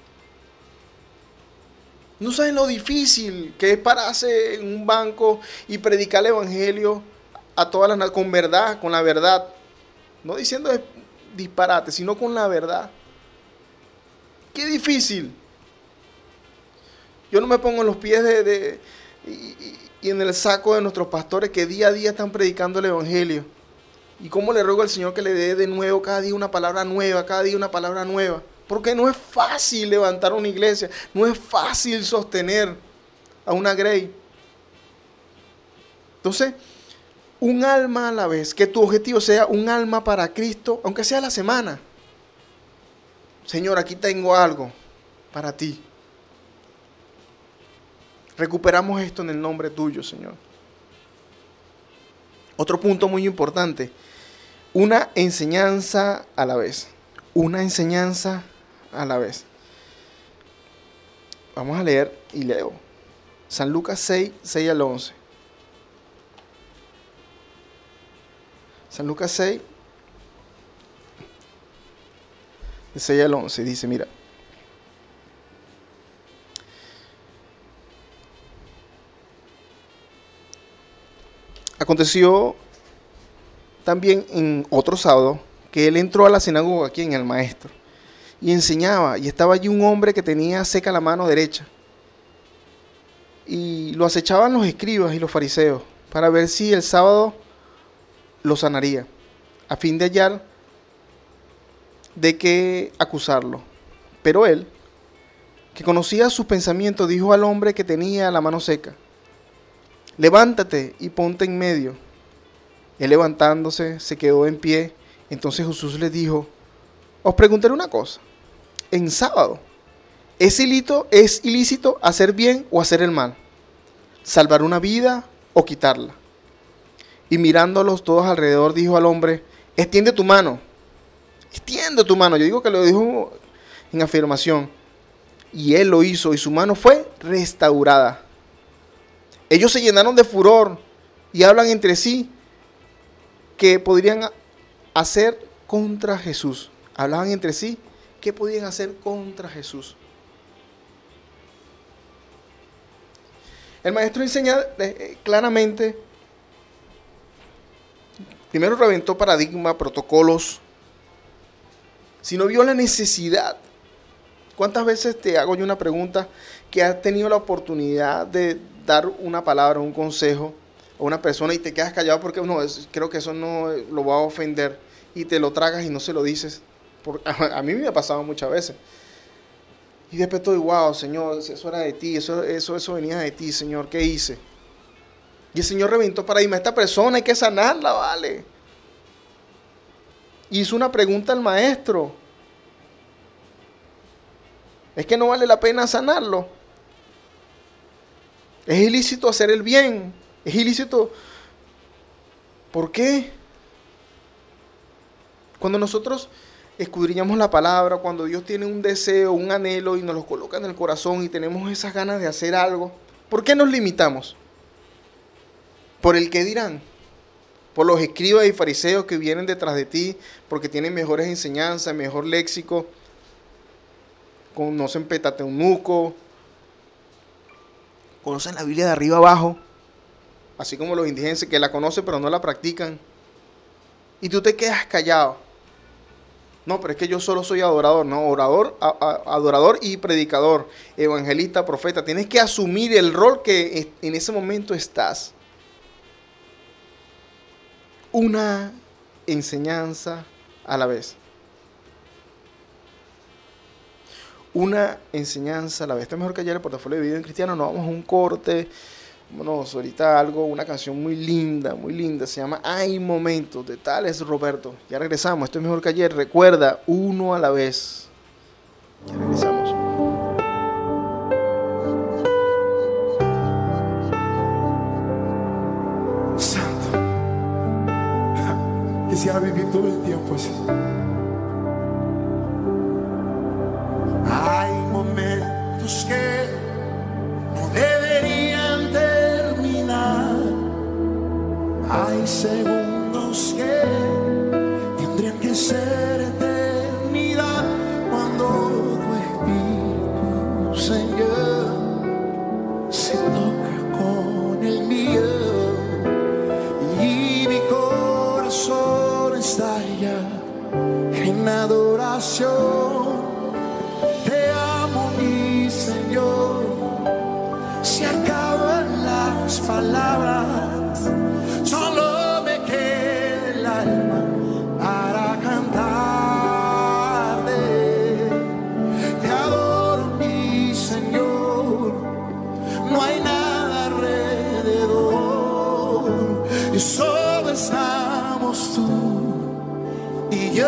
No saben lo difícil que es pararse en un banco y predicar el evangelio a todas las, con verdad, con la verdad. No diciendo disparate, sino con la verdad. Qué difícil. Yo no me pongo en los pies de, de y, y, y en el saco de nuestros pastores que día a día están predicando el evangelio. Y cómo le ruego al Señor que le dé de nuevo cada día una palabra nueva, cada día una palabra nueva. Porque no es fácil levantar una iglesia, no es fácil sostener a una grey. Entonces, un alma a la vez, que tu objetivo sea un alma para Cristo, aunque sea la semana. Señor, aquí tengo algo para ti. Recuperamos esto en el nombre tuyo, Señor. Otro punto muy importante. Una enseñanza a la vez. Una enseñanza a la vez. Vamos a leer y leo. San Lucas seis, seis al once. San Lucas seis, de seis al once, dice, mira. Aconteció también en otro sábado que él entró a la sinagoga, aquí en el maestro, y enseñaba, y estaba allí un hombre que tenía seca la mano derecha. Y lo acechaban los escribas y los fariseos para ver si el sábado lo sanaría, a fin de hallar de qué acusarlo. Pero él, que conocía sus pensamientos, dijo al hombre que tenía la mano seca: levántate y ponte en medio. Él, levantándose, se quedó en pie. Entonces Jesús les dijo: os preguntaré una cosa. En sábado, ¿es ilícito, es ilícito hacer bien o hacer el mal? ¿Salvar una vida o quitarla? Y mirándolos todos alrededor, dijo al hombre: extiende tu mano. Extiende tu mano. Yo digo que lo dijo en afirmación. Y él lo hizo, y su mano fue restaurada. Ellos se llenaron de furor y hablan entre sí que podrían hacer contra Jesús. Hablaban entre sí qué podían hacer contra Jesús. El maestro enseña eh, claramente. Primero reventó paradigma, protocolos. Si no vio la necesidad. ¿Cuántas veces te hago yo una pregunta que has tenido la oportunidad de dar una palabra, un consejo a una persona y te quedas callado porque no, es, creo que eso no lo va a ofender, y te lo tragas y no se lo dices? Por, a, a mí me ha pasado muchas veces. Y después estoy, wow, Señor, eso era de ti, eso, eso, eso venía de ti, Señor, ¿qué hice? Y el Señor reventó paradigma. Esta persona hay que sanarla, vale. Hizo una pregunta al maestro. ¿Es que no vale la pena sanarlo? ¿Es ilícito hacer el bien? ¿Es ilícito? ¿Por qué? Cuando nosotros escudriñamos la palabra, cuando Dios tiene un deseo, un anhelo y nos lo coloca en el corazón y tenemos esas ganas de hacer algo, ¿por qué nos limitamos? ¿Por el qué dirán? ¿Por los escribas y fariseos que vienen detrás de ti porque tienen mejores enseñanzas, mejor léxico, conocen Pentateuco, conocen la Biblia de arriba abajo, así como los indígenas que la conocen pero no la practican, y tú te quedas callado? No, pero es que yo solo soy adorador. No, orador, a, a, adorador y predicador, evangelista, profeta. Tienes que asumir el rol que en ese momento estás. Una enseñanza a la vez. Una enseñanza a la vez. Esto es Mejor que Ayer, el portafolio de vida en cristiano. Nos vamos a un corte. Vámonos ahorita algo, una canción muy linda, muy linda. Se llama Hay Momentos, de Tales Roberto. Ya regresamos. Esto es Mejor que Ayer. Recuerda, uno a la vez. Ya regresamos. Santo. Quisiera vivir todo el tiempo así. Hay momentos que no deberían terminar. Hay segundos que tendrían que ser eternidad. Cuando tu Espíritu, Señor, se toca con el mío y mi corazón estalla en adoración. Te amo, mi Señor. Se acaban las palabras, solo me queda el alma para cantarte. Te adoro, mi Señor. No hay nada alrededor, y solo estamos tú y yo.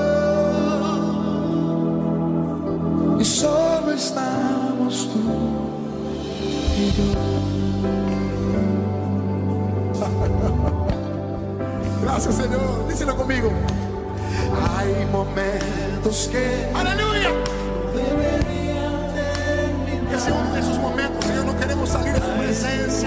Y solo estamos tú y yo. Gracias, Señor. Díselo conmigo. Hay momentos que, aleluya, deberían terminar. Ese es uno de esos momentos, Señor, no queremos salir de su presencia.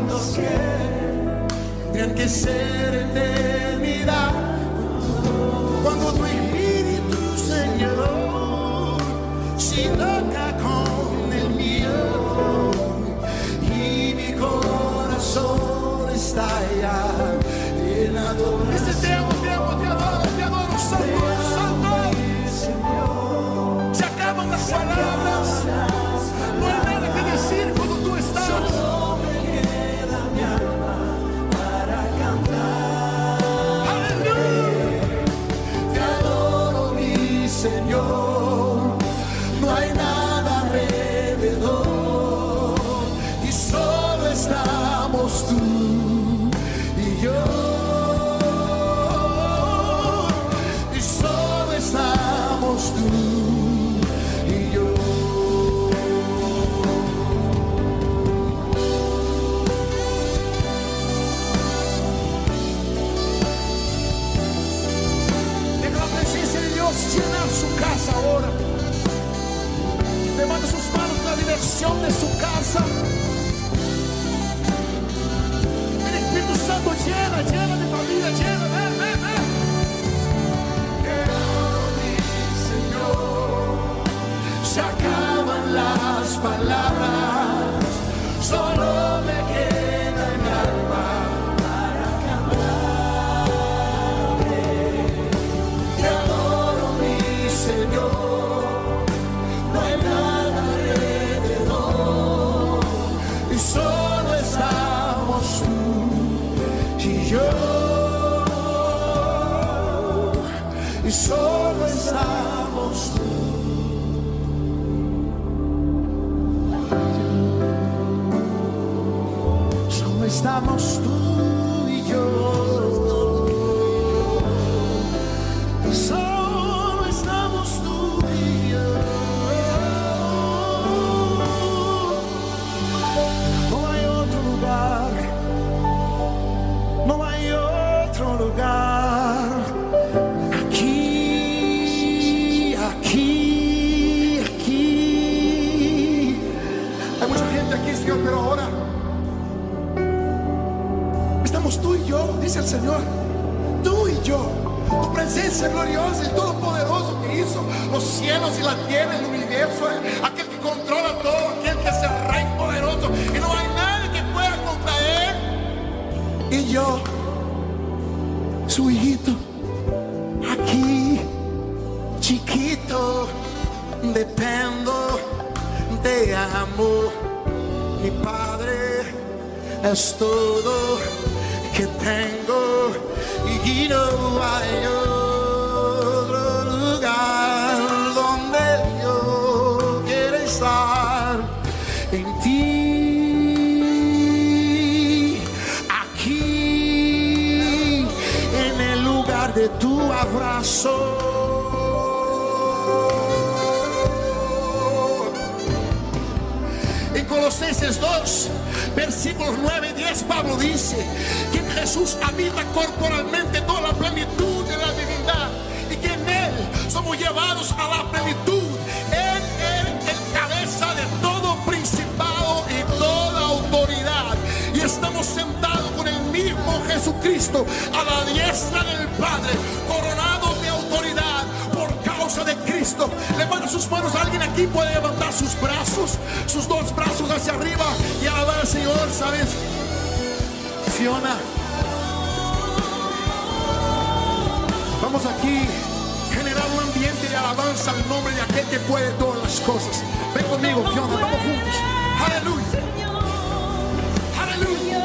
Tendrían que ser eternidad. Cuando tu Espíritu, Señor, se toca con el mío y mi corazón está allá en adoración. Este te amo, te amo, te adoro, te adoro, Santo, Santo. Se acaban las palabras, no hay nada que decir cuando tú estás. Solo me queda mi alma para cantar. Aleluya. Te adoro, mi Señor. No hay nada alrededor y solo estamos tú y yo. Y solo estamos tú y yo. Deja la presencia de Dios llenar su casa ahora. Levanta sus manos en la dirección de su casa. El Espíritu Santo llena, llena de familia, llena, ven, ven, ven. Mi Señor, se acaban las palabras, solo me queda mi alma para cantarte. Te adoro, mi Señor. No hay nada alrededor y solo estamos tú y yo. Y solo estamos tú. Solo estamos tú y yo. Solo estamos tú y yo. No hay otro lugar, no hay otro lugar. Aquí, aquí, aquí. Hay mucha gente aquí, Señor, pero ahora estamos tú y yo, dice el Señor. Tú y yo. Tu presencia gloriosa, el Todopoderoso que hizo los cielos y la tierra, el universo, aquel que controla todo, aquel que es el Rey poderoso, y no hay nadie que pueda contra él. Y yo, su hijito, aquí, chiquito, dependo, te amo, mi Padre es todo que tengo y no hay otro lugar donde yo quiera estar en ti. Aquí, en el lugar de tu abrazo. En Colosenses dos, versículos nueve y diez, Pablo dice que en Jesús habita corporalmente toda la plenitud de la divinidad y que en Él somos llevados a la plenitud. En Él, el cabeza de todo principado y toda autoridad. Y estamos sentados con el mismo Jesucristo a la diestra del Padre, coronados de autoridad por causa de Cristo. Levanta sus manos. Alguien aquí puede levantar sus brazos, sus dos brazos hacia arriba y alabar al Señor. ¿Sabes? Fiona, vamos aquí a generar un ambiente de alabanza al nombre de aquel que puede todas las cosas. Ven conmigo, Fiona, vamos juntos. Aleluya. Aleluya.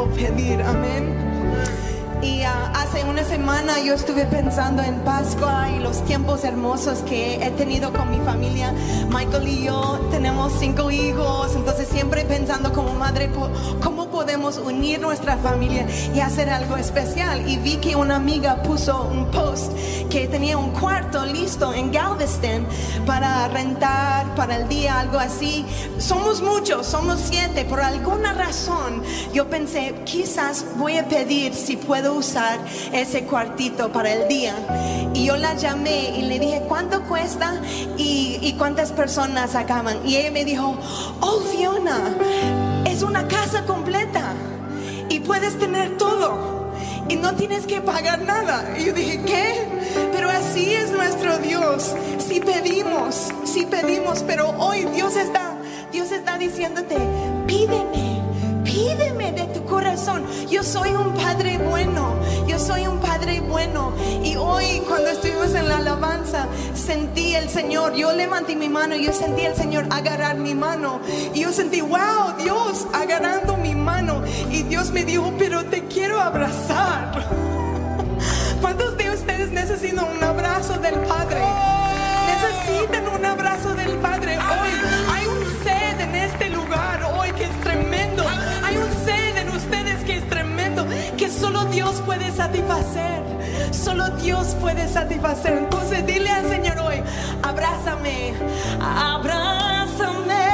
pedir, amén. Y uh, hace una semana yo estuve pensando en Pascua y los tiempos hermosos que he tenido con mi familia. Michael y yo tenemos cinco hijos, entonces siempre pensando como madre cómo podemos unir nuestra familia y hacer algo especial. Y vi que una amiga puso un post que tenía un cuarto listo en Galveston para rentar para el día, algo así. Somos muchos, somos siete. Por alguna razón yo pensé, quizás voy a pedir si puedo usar ese cuartito para el día. Y yo la llamé y le dije, ¿cuánto cuesta? Y, y cuántas personas acaban. Y ella me dijo, oh Fiona, es una casa completa y puedes tener todo y no tienes que pagar nada. Y yo dije, ¿qué? Pero así es nuestro Dios. Si pedimos, si pedimos, pero hoy Dios está, Dios está diciéndote, pídeme. Pídeme de tu corazón. Yo soy un padre bueno. Yo soy un padre bueno. Y hoy cuando estuvimos en la alabanza, sentí el Señor. Yo levanté mi mano y yo sentí el Señor agarrar mi mano. Y yo sentí, wow, Dios agarrando mi mano. Y Dios me dijo, pero te quiero abrazar. ¿Cuántos de ustedes necesitan un abrazo del Padre? Necesitan un abrazo del Padre. Hoy hay un sed en este lugar. Hoy que es tremendo. Hay un sed en ustedes que es tremendo, que solo Dios puede satisfacer. Solo Dios puede satisfacer. Entonces dile al Señor hoy, abrázame, abrázame,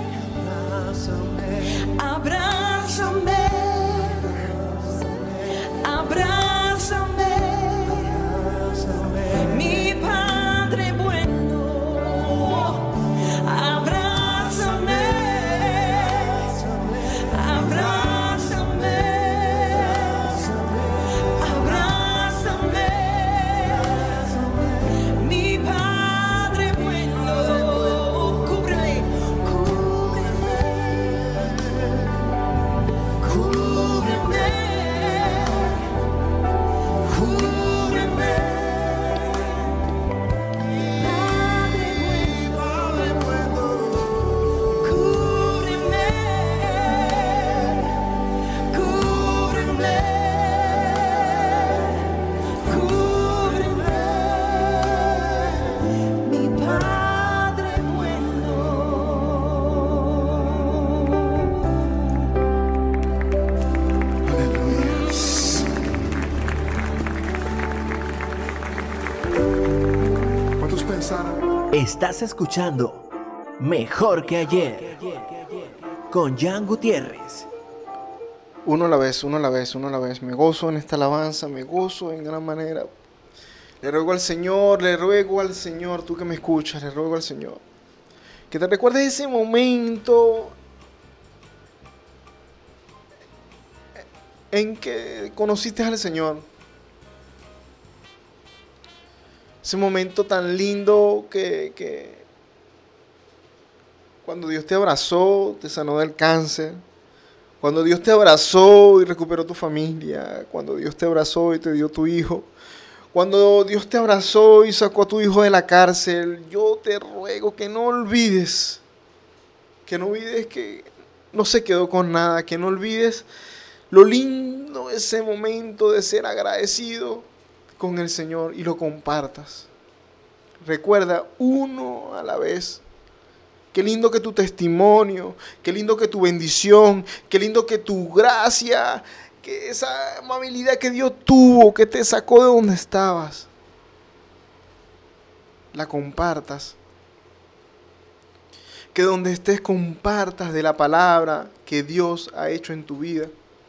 abrázame, abrázame, mi Padre bueno, abrázame. Abrázame, abrázame, mi Padre bueno, cúbreme, cúbreme, cúbreme, cúbreme, Padre bueno, cúbreme. Cúbreme, cúbreme, mi Padre bueno. Aleluya. ¿Cuántos pensaron? Estás escuchando Mejor que ayer con Jan Gutiérrez. Uno a la vez, uno a la vez, uno a la vez. Me gozo en esta alabanza, me gozo en gran manera. Le ruego al Señor, le ruego al Señor, tú que me escuchas, le ruego al Señor, que te recuerdes ese momento en que conociste al Señor. Ese momento tan lindo que, que cuando Dios te abrazó, te sanó del cáncer. Cuando Dios te abrazó y recuperó tu familia. Cuando Dios te abrazó y te dio tu hijo. Cuando Dios te abrazó y sacó a tu hijo de la cárcel. Yo te ruego que no olvides. Que no olvides que no se quedó con nada. Que no olvides lo lindo de ese momento de ser agradecido con el Señor y lo compartas. Recuerda, uno a la vez. Qué lindo que tu testimonio, qué lindo que tu bendición, qué lindo que tu gracia, que esa amabilidad que Dios tuvo, que te sacó de donde estabas, la compartas. Que donde estés compartas de la palabra que Dios ha hecho en tu vida.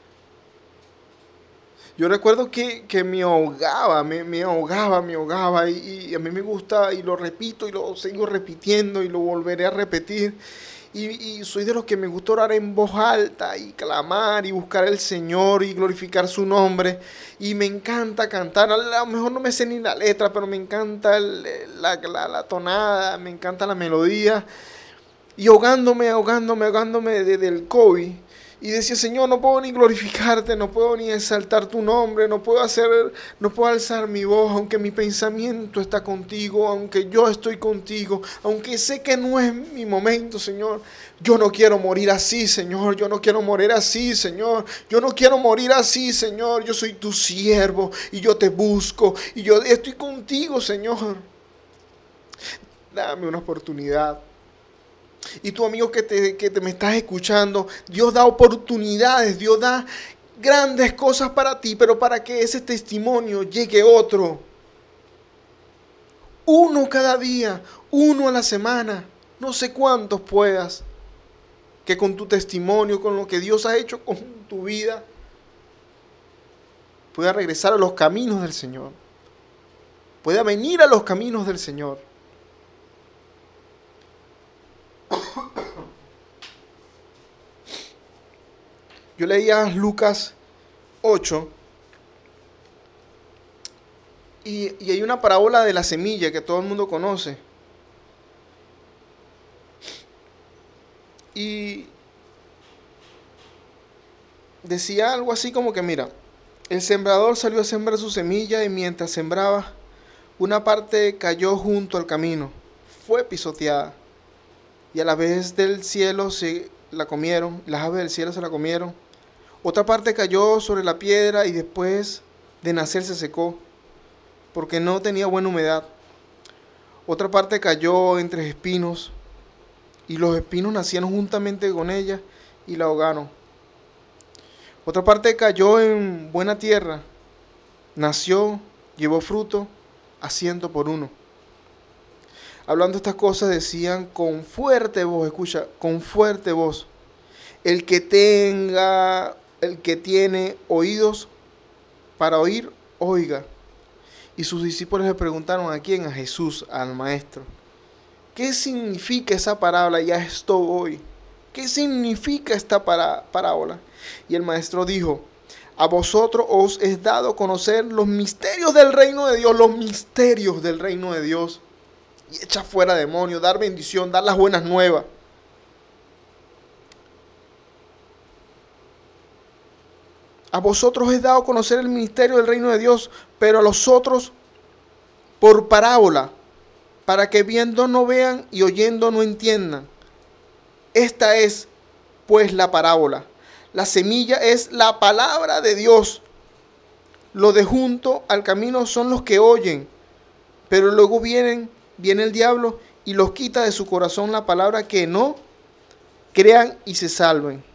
Yo recuerdo que, que me ahogaba, me, me ahogaba, me ahogaba y, y a mí me gusta y lo repito y lo sigo repitiendo y lo volveré a repetir. Y, y soy de los que me gusta orar en voz alta y clamar y buscar al Señor y glorificar su nombre. Y me encanta cantar, a lo mejor no me sé ni la letra, pero me encanta el, la, la, la tonada, me encanta la melodía. Y ahogándome, ahogándome, ahogándome desde el COVID. Y decía, Señor, no puedo ni glorificarte, no puedo ni exaltar tu nombre, no puedo hacer, no puedo alzar mi voz, aunque mi pensamiento está contigo, aunque yo estoy contigo, aunque sé que no es mi momento, Señor. Yo no quiero morir así, Señor, yo no quiero morir así, Señor, yo no quiero morir así, Señor. Yo soy tu siervo y yo te busco y yo estoy contigo, Señor. Dame una oportunidad. Y tú, amigo, que te, que te me estás escuchando, Dios da oportunidades, Dios da grandes cosas para ti, pero para que ese testimonio llegue otro. Uno cada día, uno a la semana, no sé cuántos puedas, que con tu testimonio, con lo que Dios ha hecho con tu vida, pueda regresar a los caminos del Señor, pueda venir a los caminos del Señor. Yo leía Lucas ocho y, y hay una parábola de la semilla que todo el mundo conoce. Y decía algo así como que, mira, el sembrador salió a sembrar su semilla y mientras sembraba, una parte cayó junto al camino, fue pisoteada y a la vez del cielo se la comieron, las aves del cielo se la comieron. Otra parte cayó sobre la piedra y después de nacer se secó, porque no tenía buena humedad. Otra parte cayó entre espinos, y los espinos nacieron juntamente con ella y la ahogaron. Otra parte cayó en buena tierra, nació, llevó fruto, a ciento por uno. Hablando estas cosas decían con fuerte voz, escucha, con fuerte voz, el que tenga... El que tiene oídos para oír, oiga. Y sus discípulos le preguntaron a quién, a Jesús, al maestro. ¿Qué significa esa parábola? Ya esto hoy. ¿Qué significa esta parábola? Y el maestro dijo, a vosotros os es dado conocer los misterios del reino de Dios, los misterios del reino de Dios. Y echar fuera demonios, dar bendición, dar las buenas nuevas. A vosotros es dado conocer el misterio del reino de Dios, pero a los otros por parábola, para que viendo no vean y oyendo no entiendan. Esta es, pues, la parábola. La semilla es la palabra de Dios. Lo de junto al camino son los que oyen, pero luego vienen, viene el diablo y los quita de su corazón la palabra, que no crean y se salven.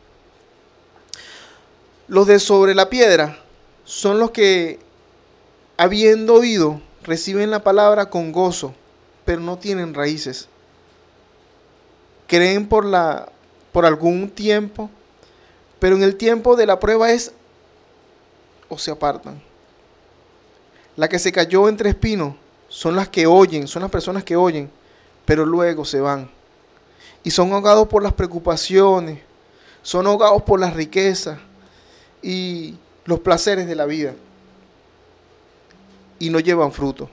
Los de sobre la piedra son los que, habiendo oído, reciben la palabra con gozo, pero no tienen raíces. Creen por, la, por algún tiempo, pero en el tiempo de la prueba es o se apartan. La que se cayó entre espinos son las que oyen, son las personas que oyen, pero luego se van. Y son ahogados por las preocupaciones, son ahogados por las riquezas y los placeres de la vida, y no llevan fruto.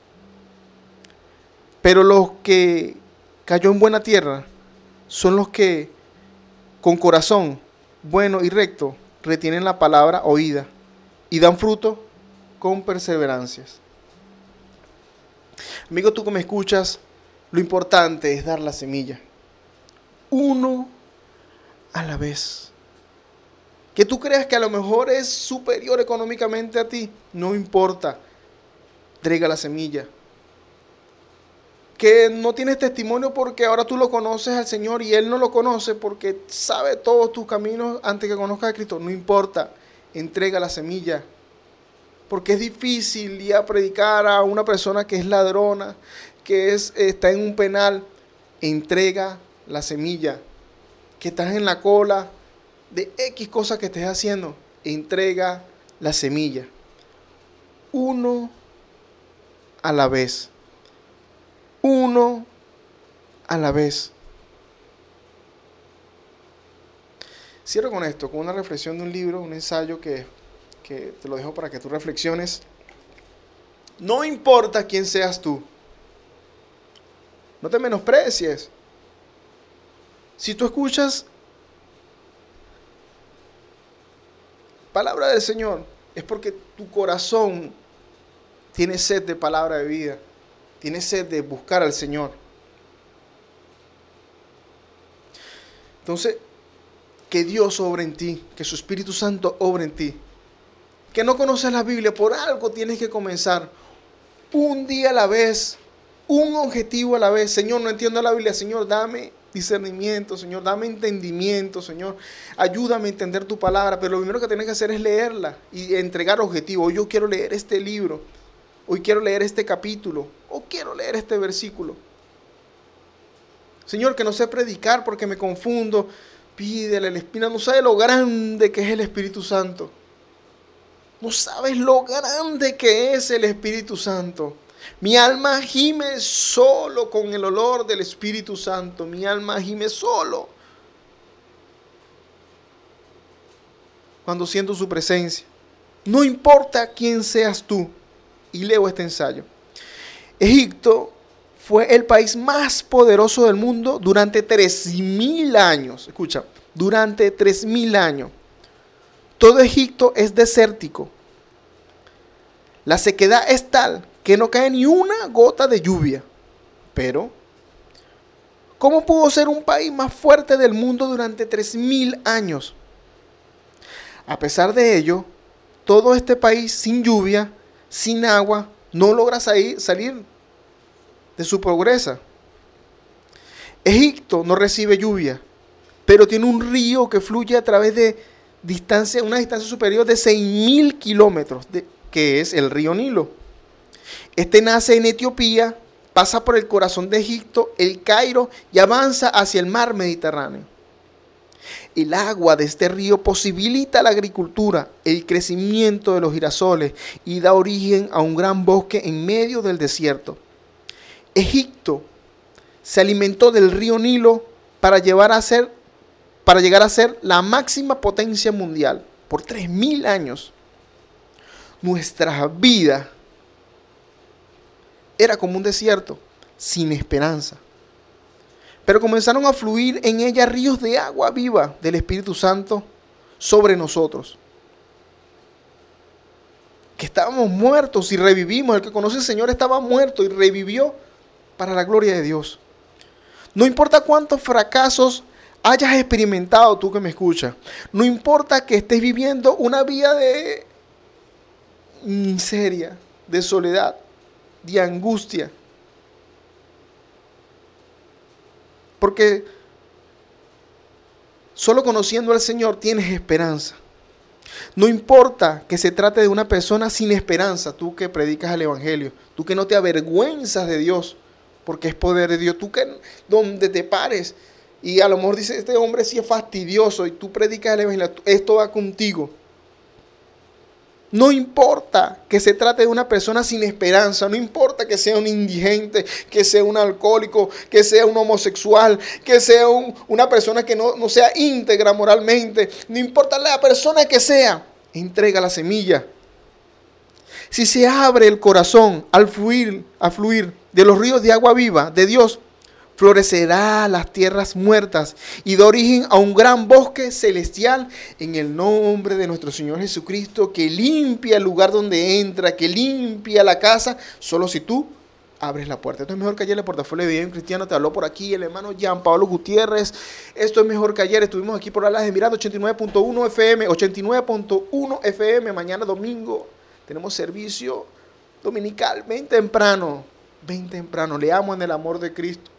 Pero los que cayó en buena tierra son los que con corazón bueno y recto retienen la palabra oída y dan fruto con perseverancias. Amigo, tú que me escuchas, lo importante es dar la semilla, uno a la vez. Que tú creas que a lo mejor es superior económicamente a ti, no importa, entrega la semilla. Que no tienes testimonio porque ahora tú lo conoces al Señor y Él no lo conoce porque sabe todos tus caminos antes que conozcas a Cristo, no importa, entrega la semilla. Porque es difícil ir a predicar a una persona que es ladrona, que es, está en un penal, entrega la semilla. Que estás en la cola de X cosas que estés haciendo, entrega la semilla. Uno a la vez. Uno a la vez. Cierro con esto, con una reflexión de un libro, un ensayo que, que te lo dejo para que tú reflexiones. No importa quién seas tú. No te menosprecies. Si tú escuchas palabra del Señor, es porque tu corazón tiene sed de palabra de vida, tiene sed de buscar al Señor. Entonces, que Dios obre en ti, que su Espíritu Santo obre en ti. Que no conoces la Biblia, por algo tienes que comenzar. Un día a la vez, un objetivo a la vez. Señor, no entiendo la Biblia. Señor, dame discernimiento, Señor, dame entendimiento, Señor. Ayúdame a entender tu palabra. Pero lo primero que tienes que hacer es leerla y entregar objetivos. Hoy yo quiero leer este libro. Hoy quiero leer este capítulo. O quiero leer este versículo. Señor, que no sé predicar porque me confundo. Pídele al Espíritu. No sabe lo grande que es el Espíritu Santo. No sabes lo grande que es el Espíritu Santo. Mi alma gime solo con el olor del Espíritu Santo. Mi alma gime solo cuando siento su presencia. No importa quién seas tú. Y leo este ensayo. Egipto fue el país más poderoso del mundo durante tres mil años. Escucha, durante tres mil años. Todo Egipto es desértico. La sequedad es tal que no cae ni una gota de lluvia. Pero, ¿cómo pudo ser un país más fuerte del mundo durante tres mil años? A pesar de ello, todo este país sin lluvia, sin agua, no logra salir, salir de su pobreza. Egipto no recibe lluvia, pero tiene un río que fluye a través de distancia, una distancia superior de seis mil kilómetros, de, que es el río Nilo. Este nace en Etiopía, pasa por el corazón de Egipto, el Cairo, y avanza hacia el mar Mediterráneo. El agua de este río posibilita la agricultura, el crecimiento de los girasoles y da origen a un gran bosque en medio del desierto. Egipto se alimentó del río Nilo para, llevar a ser, para llegar a ser la máxima potencia mundial por tres mil años. Nuestra vida era como un desierto sin esperanza. Pero comenzaron a fluir en ella ríos de agua viva del Espíritu Santo sobre nosotros. Que estábamos muertos y revivimos. El que conoce al Señor estaba muerto y revivió para la gloria de Dios. No importa cuántos fracasos hayas experimentado tú que me escuchas. No importa que estés viviendo una vida de miseria, de soledad, de angustia. Porque solo conociendo al Señor tienes esperanza. No importa que se trate de una persona sin esperanza, tú que predicas el Evangelio, tú que no te avergüenzas de Dios, porque es poder de Dios, tú que donde te pares y a lo mejor dices, este hombre sí es fastidioso y tú predicas el Evangelio, esto va contigo. No importa que se trate de una persona sin esperanza, no importa que sea un indigente, que sea un alcohólico, que sea un homosexual, que sea un, una persona que no, no sea íntegra moralmente, no importa la persona que sea, entrega la semilla. Si se abre el corazón al fluir, al fluir de los ríos de agua viva de Dios, florecerá las tierras muertas y da origen a un gran bosque celestial en el nombre de nuestro Señor Jesucristo, que limpia el lugar donde entra, que limpia la casa, solo si tú abres la puerta. Esto es Mejor que Ayer, el portafolio de Vida en Cristiano. Te habló por aquí el hermano Jean Pablo Gutiérrez. Esto es Mejor que Ayer. Estuvimos aquí por Alas de Miranda, ochenta y nueve punto uno F M, ochenta y nueve punto uno F M. Mañana domingo tenemos servicio dominical. Ven temprano, ven temprano. Leamos en el amor de Cristo.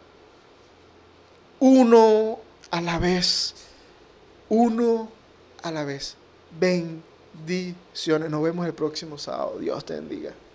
Uno a la vez. Uno a la vez. Bendiciones. Nos vemos el próximo sábado. Dios te bendiga.